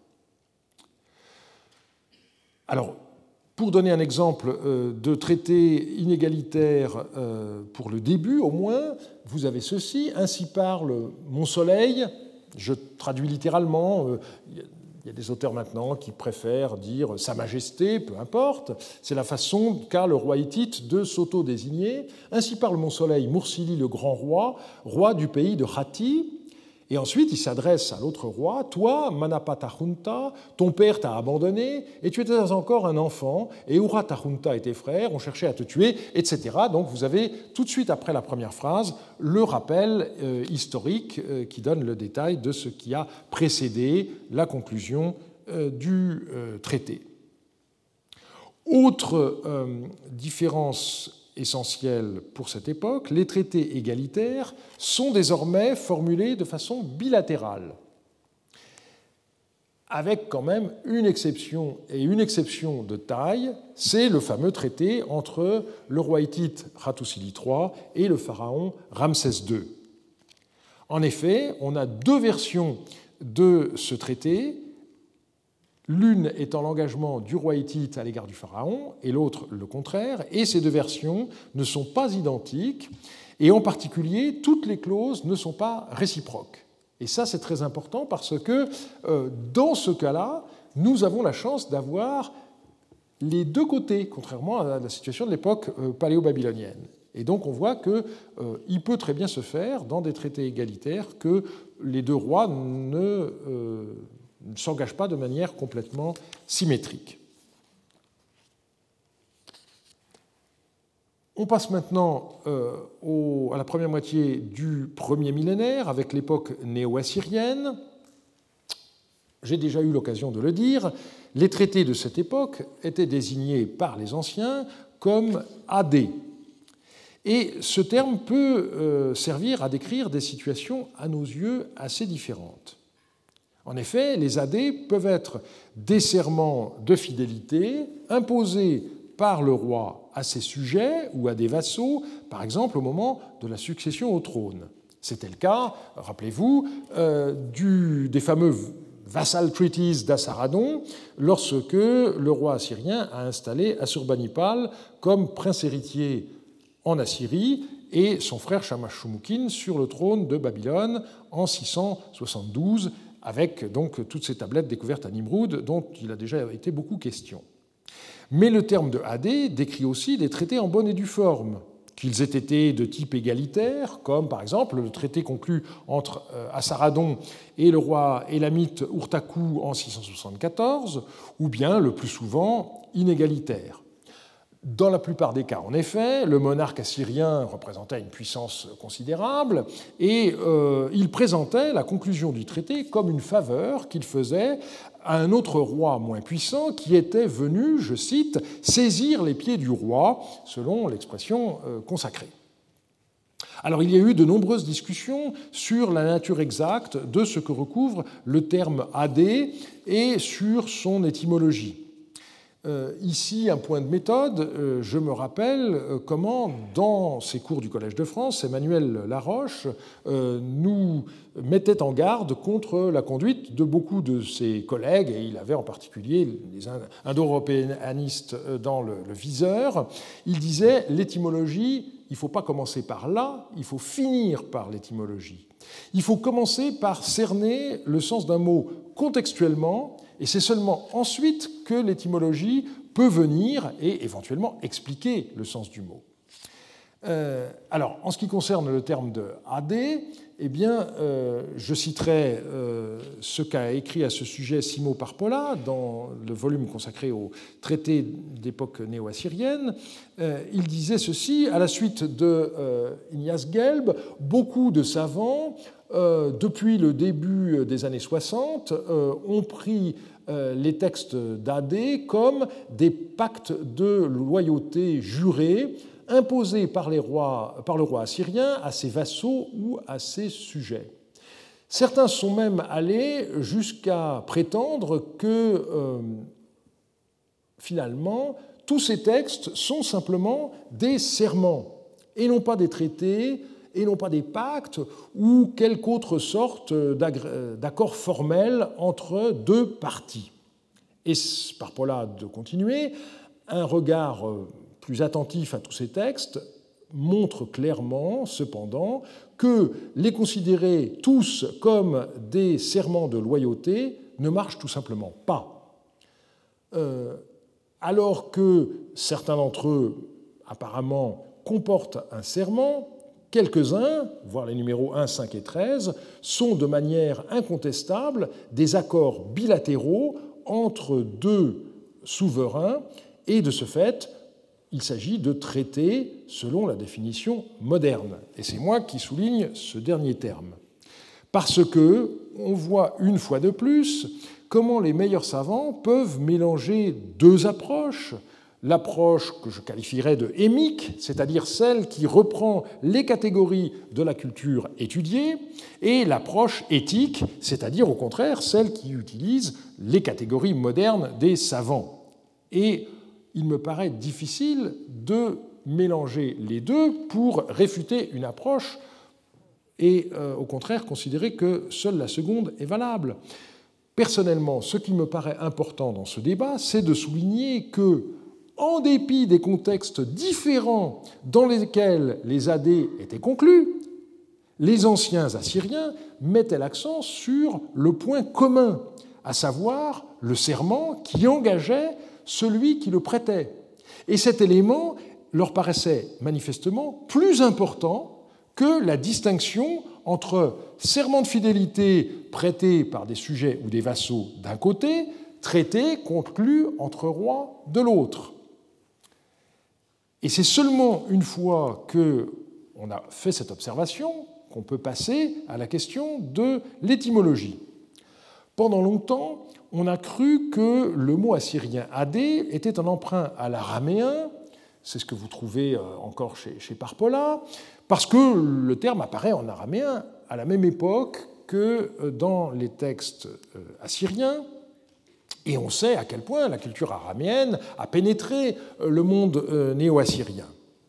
Alors, pour donner un exemple de traité inégalitaire pour le début, au moins, vous avez ceci. Ainsi parle mon soleil. Je traduis littéralement. Il y a des auteurs maintenant qui préfèrent dire Sa Majesté, peu importe. C'est la façon qu'a le roi hittite de s'auto-désigner. Ainsi parle mon soleil, Mursili le grand roi, roi du pays de Hatti. Et ensuite, il s'adresse à l'autre roi. Toi, Manapa-Tahunta, ton père t'a abandonné, et tu étais encore un enfant, et Ura-Tahunta et tes frères ont cherché à te tuer, et cetera. Donc vous avez tout de suite après la première phrase le rappel euh, historique euh, qui donne le détail de ce qui a précédé la conclusion euh, du euh, traité. Autre euh, différence essentiel pour cette époque, les traités égalitaires sont désormais formulés de façon bilatérale, avec quand même une exception, et une exception de taille, c'est le fameux traité entre le roi hittite Hattusili trois et le pharaon Ramsès deux. En effet, on a deux versions de ce traité, l'une étant l'engagement du roi hittite à l'égard du pharaon et l'autre le contraire, et ces deux versions ne sont pas identiques, et en particulier, toutes les clauses ne sont pas réciproques. Et ça, c'est très important parce que euh, dans ce cas-là, nous avons la chance d'avoir les deux côtés, contrairement à la situation de l'époque euh, paléo-babylonienne. Et donc on voit qu'il euh, peut très bien se faire, dans des traités égalitaires, que les deux rois ne... Euh, ne s'engage pas de manière complètement symétrique. On passe maintenant euh, au, à la première moitié du premier millénaire, avec l'époque néo-assyrienne. J'ai déjà eu l'occasion de le dire, les traités de cette époque étaient désignés par les anciens comme adés. Et ce terme peut euh, servir à décrire des situations, à nos yeux, assez différentes. En effet, les adés peuvent être des serments de fidélité imposés par le roi à ses sujets ou à des vassaux, par exemple au moment de la succession au trône. C'était le cas, rappelez-vous, euh, du, des fameux Vassal Treaties d'Assaradon, lorsque le roi assyrien a installé Assurbanipal comme prince héritier en Assyrie et son frère Shamash-Shumukin sur le trône de Babylone en six cent soixante-douze, avec donc toutes ces tablettes découvertes à Nimroud, dont il a déjà été beaucoup question. Mais le terme de Hadé décrit aussi des traités en bonne et due forme, qu'ils aient été de type égalitaire, comme par exemple le traité conclu entre Assaradon et le roi élamite Urtaku en six cent soixante-quatorze, ou bien, le plus souvent, inégalitaire. Dans la plupart des cas, en effet, le monarque assyrien représentait une puissance considérable et euh, il présentait la conclusion du traité comme une faveur qu'il faisait à un autre roi moins puissant qui était venu, je cite, « saisir les pieds du roi », selon l'expression euh, consacrée. Alors, il y a eu de nombreuses discussions sur la nature exacte de ce que recouvre le terme « adé » et sur son étymologie. Euh, ici, un point de méthode, euh, je me rappelle euh, comment, dans ses cours du Collège de France, Emmanuel Laroche euh, nous mettait en garde contre la conduite de beaucoup de ses collègues, et il avait en particulier les indo-européanistes dans le, le viseur. Il disait « l'étymologie, il ne faut pas commencer par là, il faut finir par l'étymologie. Il faut commencer par cerner le sens d'un mot contextuellement, et c'est seulement ensuite que l'étymologie peut venir et éventuellement expliquer le sens du mot. Euh, alors, en ce qui concerne le terme de adé, eh bien, euh, je citerai euh, ce qu'a écrit à ce sujet Simo Parpola dans le volume consacré au traité d'époque néo-assyrienne. Euh, il disait ceci: à la suite de euh, Ignaz Gelb, beaucoup de savants, euh, depuis le début des années soixante, euh, ont pris euh, les textes d'Adé comme des pactes de loyauté jurés imposés par, les rois, par le roi assyrien à ses vassaux ou à ses sujets. Certains sont même allés jusqu'à prétendre que, euh, finalement, tous ces textes sont simplement des serments, et non pas des traités, et non pas des pactes, ou quelque autre sorte d'accord formel entre deux parties. Et Parpola de continuer, un regard plus attentif à tous ces textes montre clairement, cependant, que les considérer tous comme des serments de loyauté ne marche tout simplement pas. Euh, alors que certains d'entre eux, apparemment, comportent un serment, quelques-uns, voire les numéros un, cinq et treize, sont de manière incontestable des accords bilatéraux entre deux souverains, et de ce fait, il s'agit de traités selon la définition moderne. Et c'est moi qui souligne ce dernier terme. Parce que on voit une fois de plus comment les meilleurs savants peuvent mélanger deux approches. L'approche que je qualifierais de hémique, c'est-à-dire celle qui reprend les catégories de la culture étudiée, et l'approche éthique, c'est-à-dire au contraire celle qui utilise les catégories modernes des savants. Et il me paraît difficile de mélanger les deux pour réfuter une approche et, euh, au contraire, considérer que seule la seconde est valable. Personnellement, ce qui me paraît important dans ce débat, c'est de souligner que, en dépit des contextes différents dans lesquels les adés étaient conclus, les anciens Assyriens mettaient l'accent sur le point commun, à savoir le serment qui engageait celui qui le prêtait. Et cet élément leur paraissait manifestement plus important que la distinction entre serment de fidélité prêté par des sujets ou des vassaux d'un côté, traité conclu entre rois de l'autre. Et c'est seulement une fois qu'on a fait cette observation qu'on peut passer à la question de l'étymologie. Pendant longtemps, on a cru que le mot assyrien adé était un emprunt à l'araméen, c'est ce que vous trouvez encore chez, chez Parpola, parce que le terme apparaît en araméen à la même époque que dans les textes assyriens, et on sait à quel point la culture araméenne a pénétré le monde néo-assyrien.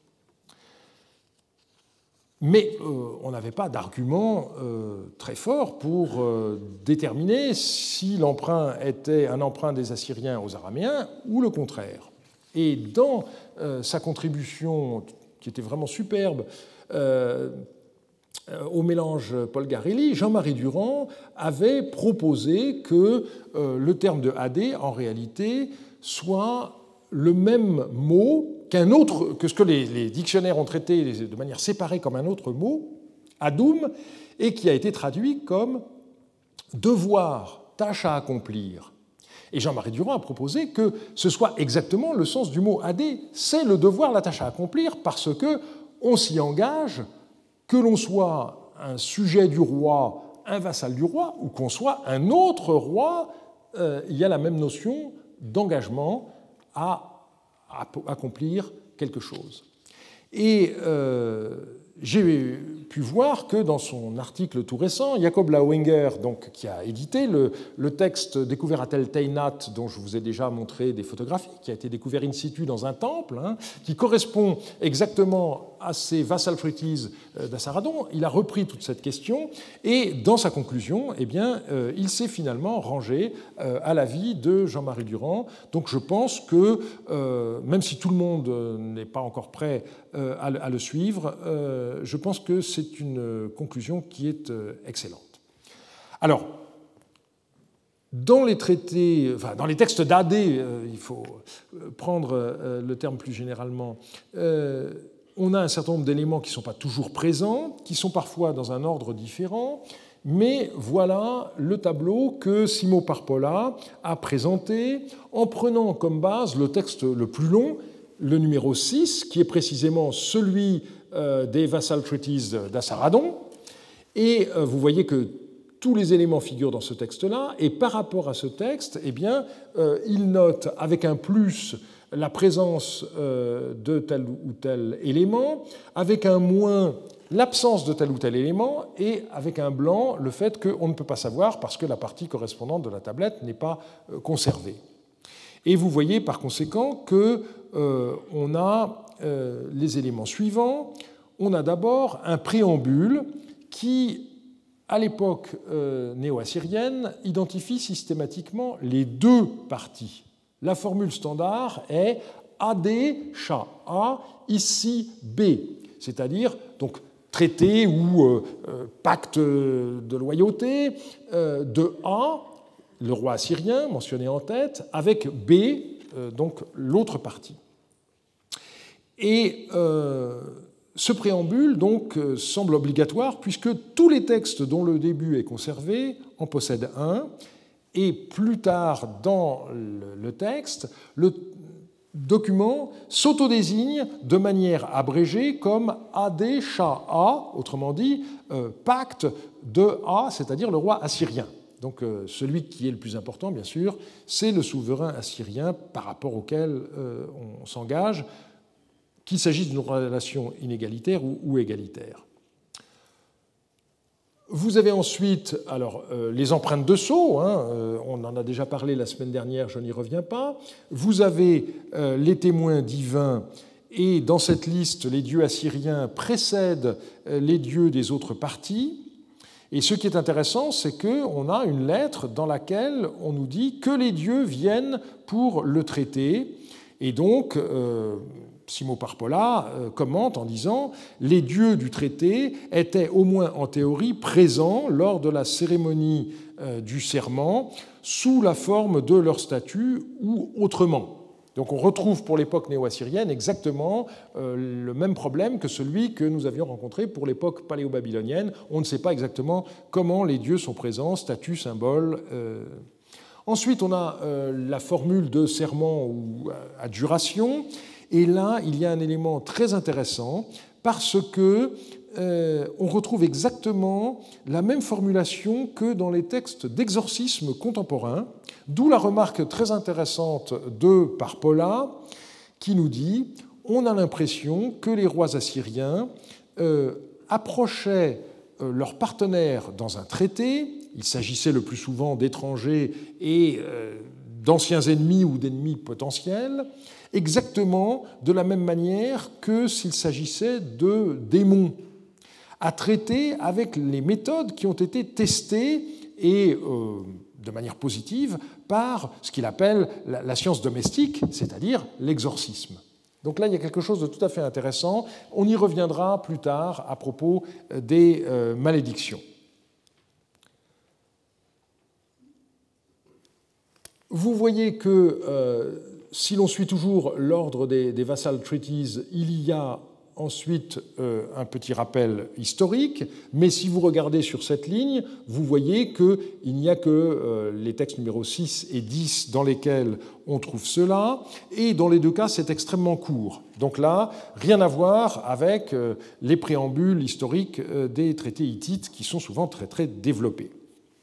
Mais euh, on n'avait pas d'argument euh, très fort pour euh, déterminer si l'emprunt était un emprunt des Assyriens aux Araméens ou le contraire. Et dans euh, sa contribution, qui était vraiment superbe, euh, au mélange Paul Garelli, Jean-Marie Durand avait proposé que euh, le terme de adé, en réalité, soit le même mot qu'un autre, que ce que les, les dictionnaires ont traité de manière séparée comme un autre mot, adum, et qui a été traduit comme devoir, tâche à accomplir. Et Jean-Marie Durand a proposé que ce soit exactement le sens du mot adé, c'est le devoir, la tâche à accomplir, parce qu'on s'y engage, que l'on soit un sujet du roi, un vassal du roi, ou qu'on soit un autre roi, euh, il y a la même notion d'engagement à, à accomplir quelque chose. Et euh, j'ai pu voir que dans son article tout récent, Jacob Lauinger, donc, qui a édité le, le texte découvert à Tel Teinat, dont je vous ai déjà montré des photographies, qui a été découvert in situ dans un temple, hein, qui correspond exactement à ces vassal treaties d'Assaradon, il a repris toute cette question et dans sa conclusion, eh bien, euh, il s'est finalement rangé euh, à l'avis de Jean-Marie Durand. Donc je pense que, euh, même si tout le monde n'est pas encore prêt euh, à, à le suivre, euh, je pense que c'est une conclusion qui est euh, excellente. Alors, dans les traités, enfin, dans les textes d'Adé, euh, il faut prendre euh, le terme plus généralement, euh, on a un certain nombre d'éléments qui ne sont pas toujours présents, qui sont parfois dans un ordre différent, mais voilà le tableau que Simo Parpola a présenté en prenant comme base le texte le plus long, le numéro six, qui est précisément celui des Vassal Treaties d'Assaradon. Et vous voyez que tous les éléments figurent dans ce texte-là, et par rapport à ce texte, eh bien, il note avec un plus la présence de tel ou tel élément, avec un moins l'absence de tel ou tel élément, et avec un blanc le fait qu'on ne peut pas savoir parce que la partie correspondante de la tablette n'est pas conservée. Et vous voyez par conséquent qu'on euh, a euh, les éléments suivants. On a d'abord un préambule qui, à l'époque euh, néo-assyrienne, identifie systématiquement les deux parties. La formule standard est A D, Sha, A, ici B, c'est-à-dire donc traité ou euh, pacte de loyauté euh, de A, le roi assyrien mentionné en tête, avec B, euh, donc l'autre partie. Et euh, ce préambule donc semble obligatoire puisque tous les textes dont le début est conservé en possèdent un. Et plus tard dans le texte, le document s'autodésigne de manière abrégée comme A D Sha A, autrement dit, euh, pacte de A, c'est-à-dire le roi assyrien. Donc euh, celui qui est le plus important, bien sûr, c'est le souverain assyrien par rapport auquel euh, on s'engage, qu'il s'agisse d'une relation inégalitaire ou, ou égalitaire. Vous avez ensuite alors, euh, les empreintes de sceau, hein, euh, on en a déjà parlé la semaine dernière, je n'y reviens pas. Vous avez euh, les témoins divins, et dans cette liste, les dieux assyriens précèdent euh, les dieux des autres parties. Et ce qui est intéressant, c'est qu'on a une lettre dans laquelle on nous dit que les dieux viennent pour le traiter. Et donc, euh, Simo Parpola commente en disant « Les dieux du traité étaient au moins en théorie présents lors de la cérémonie du serment sous la forme de leur statut ou autrement ». Donc on retrouve pour l'époque néo-assyrienne exactement le même problème que celui que nous avions rencontré pour l'époque paléo-babylonienne. On ne sait pas exactement comment les dieux sont présents, statut, symbole. Ensuite, on a la formule de serment ou adjuration. Et là, il y a un élément très intéressant parce que euh, on retrouve exactement la même formulation que dans les textes d'exorcisme contemporains, d'où la remarque très intéressante de Parpola qui nous dit « On a l'impression que les rois assyriens euh, approchaient euh, leurs partenaires dans un traité, il s'agissait le plus souvent d'étrangers et euh, d'anciens ennemis ou d'ennemis potentiels, exactement de la même manière que s'il s'agissait de démons, à traiter avec les méthodes qui ont été testées et euh, de manière positive par ce qu'il appelle la, la science domestique, c'est-à-dire l'exorcisme. Donc là, il y a quelque chose de tout à fait intéressant. On y reviendra plus tard à propos des euh, malédictions. Vous voyez que euh, si l'on suit toujours l'ordre des, des Vassal Treaties, il y a ensuite euh, un petit rappel historique, mais si vous regardez sur cette ligne, vous voyez qu'il n'y a que euh, les textes numéros six et dix dans lesquels on trouve cela, et dans les deux cas, c'est extrêmement court. Donc là, rien à voir avec euh, les préambules historiques euh, des traités hittites qui sont souvent très très développés.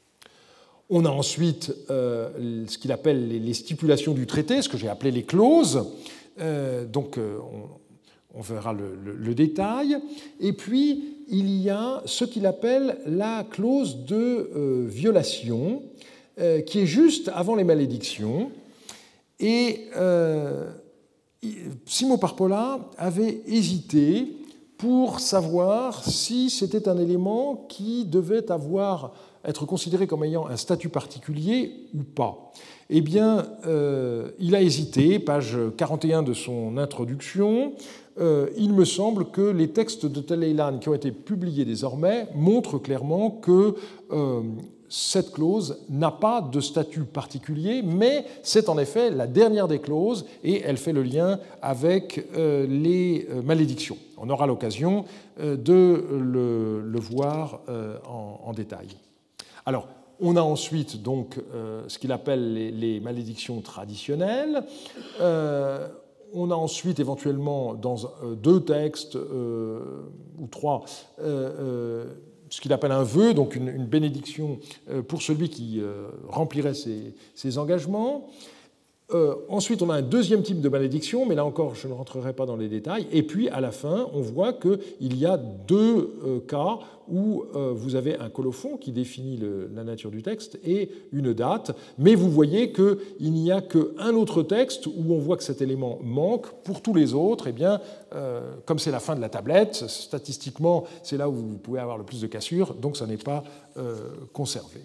On a ensuite euh, ce qu'il appelle les stipulations du traité, ce que j'ai appelé les clauses. Euh, donc, euh, on, on verra le, le, le détail. Et puis, il y a ce qu'il appelle la clause de euh, violation, euh, qui est juste avant les malédictions. Et euh, Simo Parpola avait hésité pour savoir si c'était un élément qui devait avoir être considéré comme ayant un statut particulier ou pas. Eh bien, euh, il a hésité, page quarante et un de son introduction. Euh, il me semble que les textes de Tel Eilan qui ont été publiés désormais montrent clairement que euh, cette clause n'a pas de statut particulier, mais c'est en effet la dernière des clauses et elle fait le lien avec euh, les malédictions. On aura l'occasion euh, de le, le voir euh, en, en détail. Alors, on a ensuite donc euh, ce qu'il appelle les, les malédictions traditionnelles. Euh, on a ensuite éventuellement dans euh, deux textes euh, ou trois euh, euh, ce qu'il appelle un vœu, donc une, une bénédiction euh, pour celui qui euh, remplirait ses, ses engagements. Euh, ensuite, on a un deuxième type de malédiction, mais là encore, je ne rentrerai pas dans les détails. Et puis, à la fin, on voit qu'il y a deux euh, cas où euh, vous avez un colophon qui définit le, la nature du texte et une date. Mais vous voyez qu'il n'y a qu'un autre texte où on voit que cet élément manque. Pour tous les autres, eh bien, euh, comme c'est la fin de la tablette, statistiquement, c'est là où vous pouvez avoir le plus de cassures, donc ça n'est pas euh, conservé.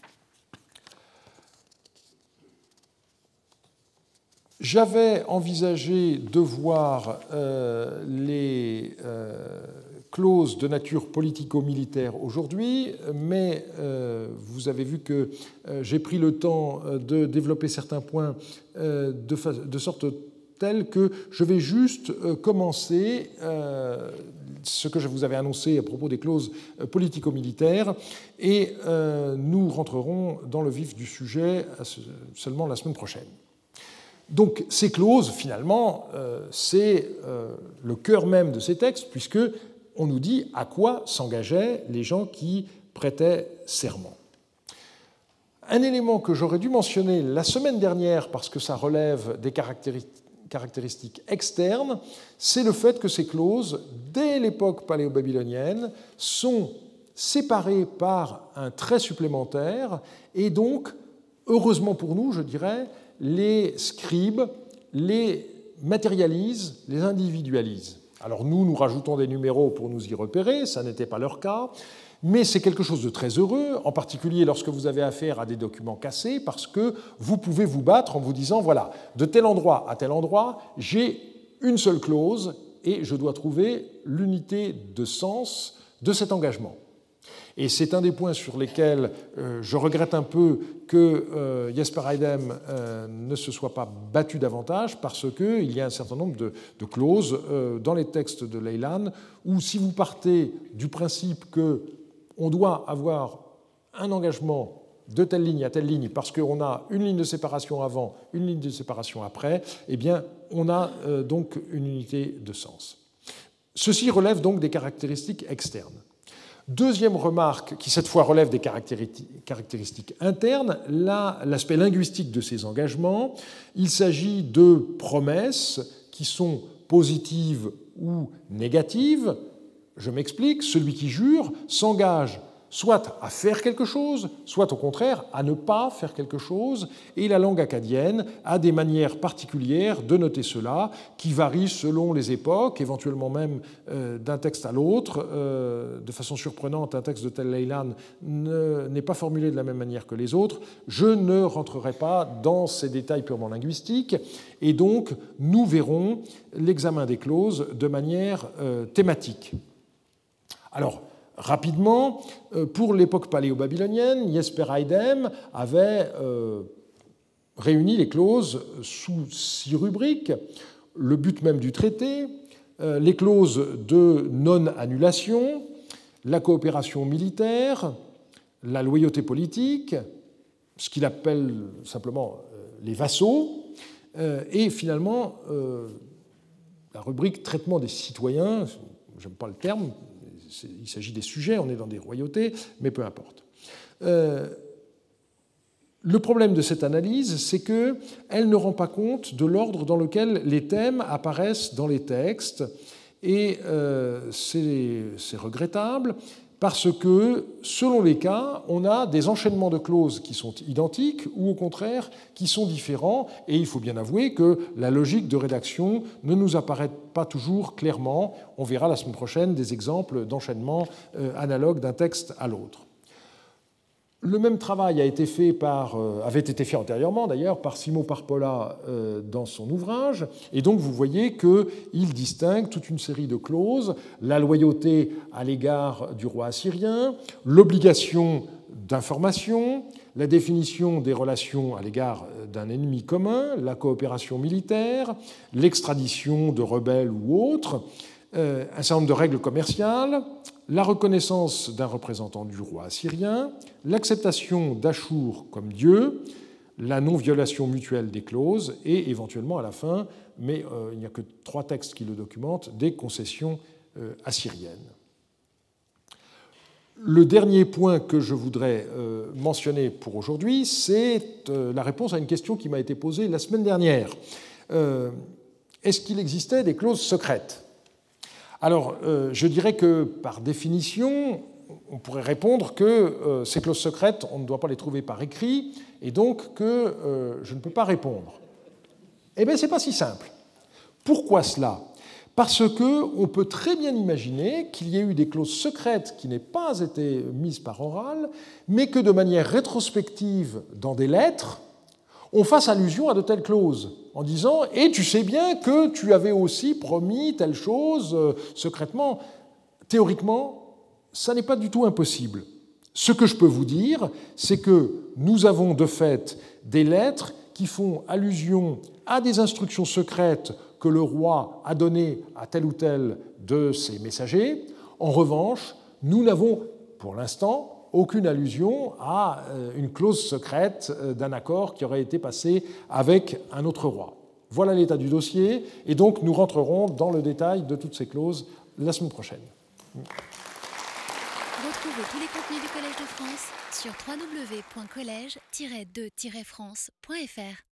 J'avais envisagé de voir euh, les euh, clauses de nature politico-militaire aujourd'hui, mais euh, vous avez vu que euh, j'ai pris le temps de développer certains points euh, de, de sorte telle que je vais juste euh, commencer euh, ce que je vous avais annoncé à propos des clauses euh, politico-militaires, et euh, nous rentrerons dans le vif du sujet seulement la semaine prochaine. Donc ces clauses, finalement, euh, c'est euh, le cœur même de ces textes, puisqu'on nous dit à quoi s'engageaient les gens qui prêtaient serment. Un élément que j'aurais dû mentionner la semaine dernière, parce que ça relève des caractéristiques externes, c'est le fait que ces clauses, dès l'époque paléo-babylonienne, sont séparées par un trait supplémentaire, et donc, heureusement pour nous, je dirais, les scribes les matérialisent, les individualisent. Alors nous, nous rajoutons des numéros pour nous y repérer, ça n'était pas leur cas, mais c'est quelque chose de très heureux, en particulier lorsque vous avez affaire à des documents cassés, parce que vous pouvez vous battre en vous disant, voilà, de tel endroit à tel endroit, j'ai une seule clause et je dois trouver l'unité de sens de cet engagement. Et c'est un des points sur lesquels euh, je regrette un peu que euh, Jesper Eidem euh, ne se soit pas battu davantage, parce qu'il y a un certain nombre de, de clauses euh, dans les textes de Leilan où, si vous partez du principe qu'on doit avoir un engagement de telle ligne à telle ligne parce qu'on a une ligne de séparation avant, une ligne de séparation après, eh bien, on a euh, donc une unité de sens. Ceci relève donc des caractéristiques externes. Deuxième remarque, qui cette fois relève des caractéristiques internes, l'aspect linguistique de ces engagements. Il s'agit de promesses qui sont positives ou négatives. Je m'explique, celui qui jure s'engage soit à faire quelque chose, soit au contraire à ne pas faire quelque chose, et la langue akkadienne a des manières particulières de noter cela, qui varient selon les époques, éventuellement même euh, d'un texte à l'autre. Euh, de façon surprenante, un texte de Tel Leilan n'est pas formulé de la même manière que les autres. Je ne rentrerai pas dans ces détails purement linguistiques, et donc nous verrons l'examen des clauses de manière euh, thématique. Alors, rapidement, pour l'époque paléo-babylonienne, Jesper Eidem avait euh, réunit les clauses sous six rubriques: le but même du traité, les clauses de non-annulation, la coopération militaire, la loyauté politique, ce qu'il appelle simplement les vassaux, et finalement la rubrique traitement des citoyens. J'aime pas le terme, il s'agit des sujets, on est dans des royautés, mais peu importe. Euh, le problème de cette analyse, c'est qu'elle ne rend pas compte de l'ordre dans lequel les thèmes apparaissent dans les textes, et euh, c'est regrettable, parce que, selon les cas, on a des enchaînements de clauses qui sont identiques ou, au contraire, qui sont différents, et il faut bien avouer que la logique de rédaction ne nous apparaît pas toujours clairement. On verra la semaine prochaine des exemples d'enchaînements euh, analogues d'un texte à l'autre. Le même travail a été fait par, euh, avait été fait antérieurement d'ailleurs par Simo Parpola euh, dans son ouvrage, et donc vous voyez qu'il distingue toute une série de clauses: la loyauté à l'égard du roi assyrien, l'obligation d'information, la définition des relations à l'égard d'un ennemi commun, la coopération militaire, l'extradition de rebelles ou autres, euh, un certain nombre de règles commerciales, la reconnaissance d'un représentant du roi assyrien, l'acceptation d'Achour comme dieu, la non-violation mutuelle des clauses et éventuellement à la fin, mais euh, il n'y a que trois textes qui le documentent, des concessions euh, assyriennes. Le dernier point que je voudrais euh, mentionner pour aujourd'hui, c'est euh, la réponse à une question qui m'a été posée la semaine dernière. Euh, est-ce qu'il existait des clauses secrètes ? Alors, euh, je dirais que, par définition, on pourrait répondre que euh, ces clauses secrètes, on ne doit pas les trouver par écrit, et donc que euh, je ne peux pas répondre. Eh bien, ce n'est pas si simple. Pourquoi cela ? Parce qu'on peut très bien imaginer qu'il y ait eu des clauses secrètes qui n'aient pas été mises par oral, mais que, de manière rétrospective, dans des lettres, on fasse allusion à de telles clauses, en disant « Et tu sais bien que tu avais aussi promis telle chose euh, secrètement ». Théoriquement, ça n'est pas du tout impossible. Ce que je peux vous dire, c'est que nous avons de fait des lettres qui font allusion à des instructions secrètes que le roi a données à tel ou tel de ses messagers. En revanche, nous n'avons, pour l'instant, aucune allusion à une clause secrète d'un accord qui aurait été passé avec un autre roi. Voilà l'état du dossier, et donc nous rentrerons dans le détail de toutes ces clauses la semaine prochaine. Retrouvez tous les contenus du Collège de France sur w w w point collège tiret de tiret france point f r.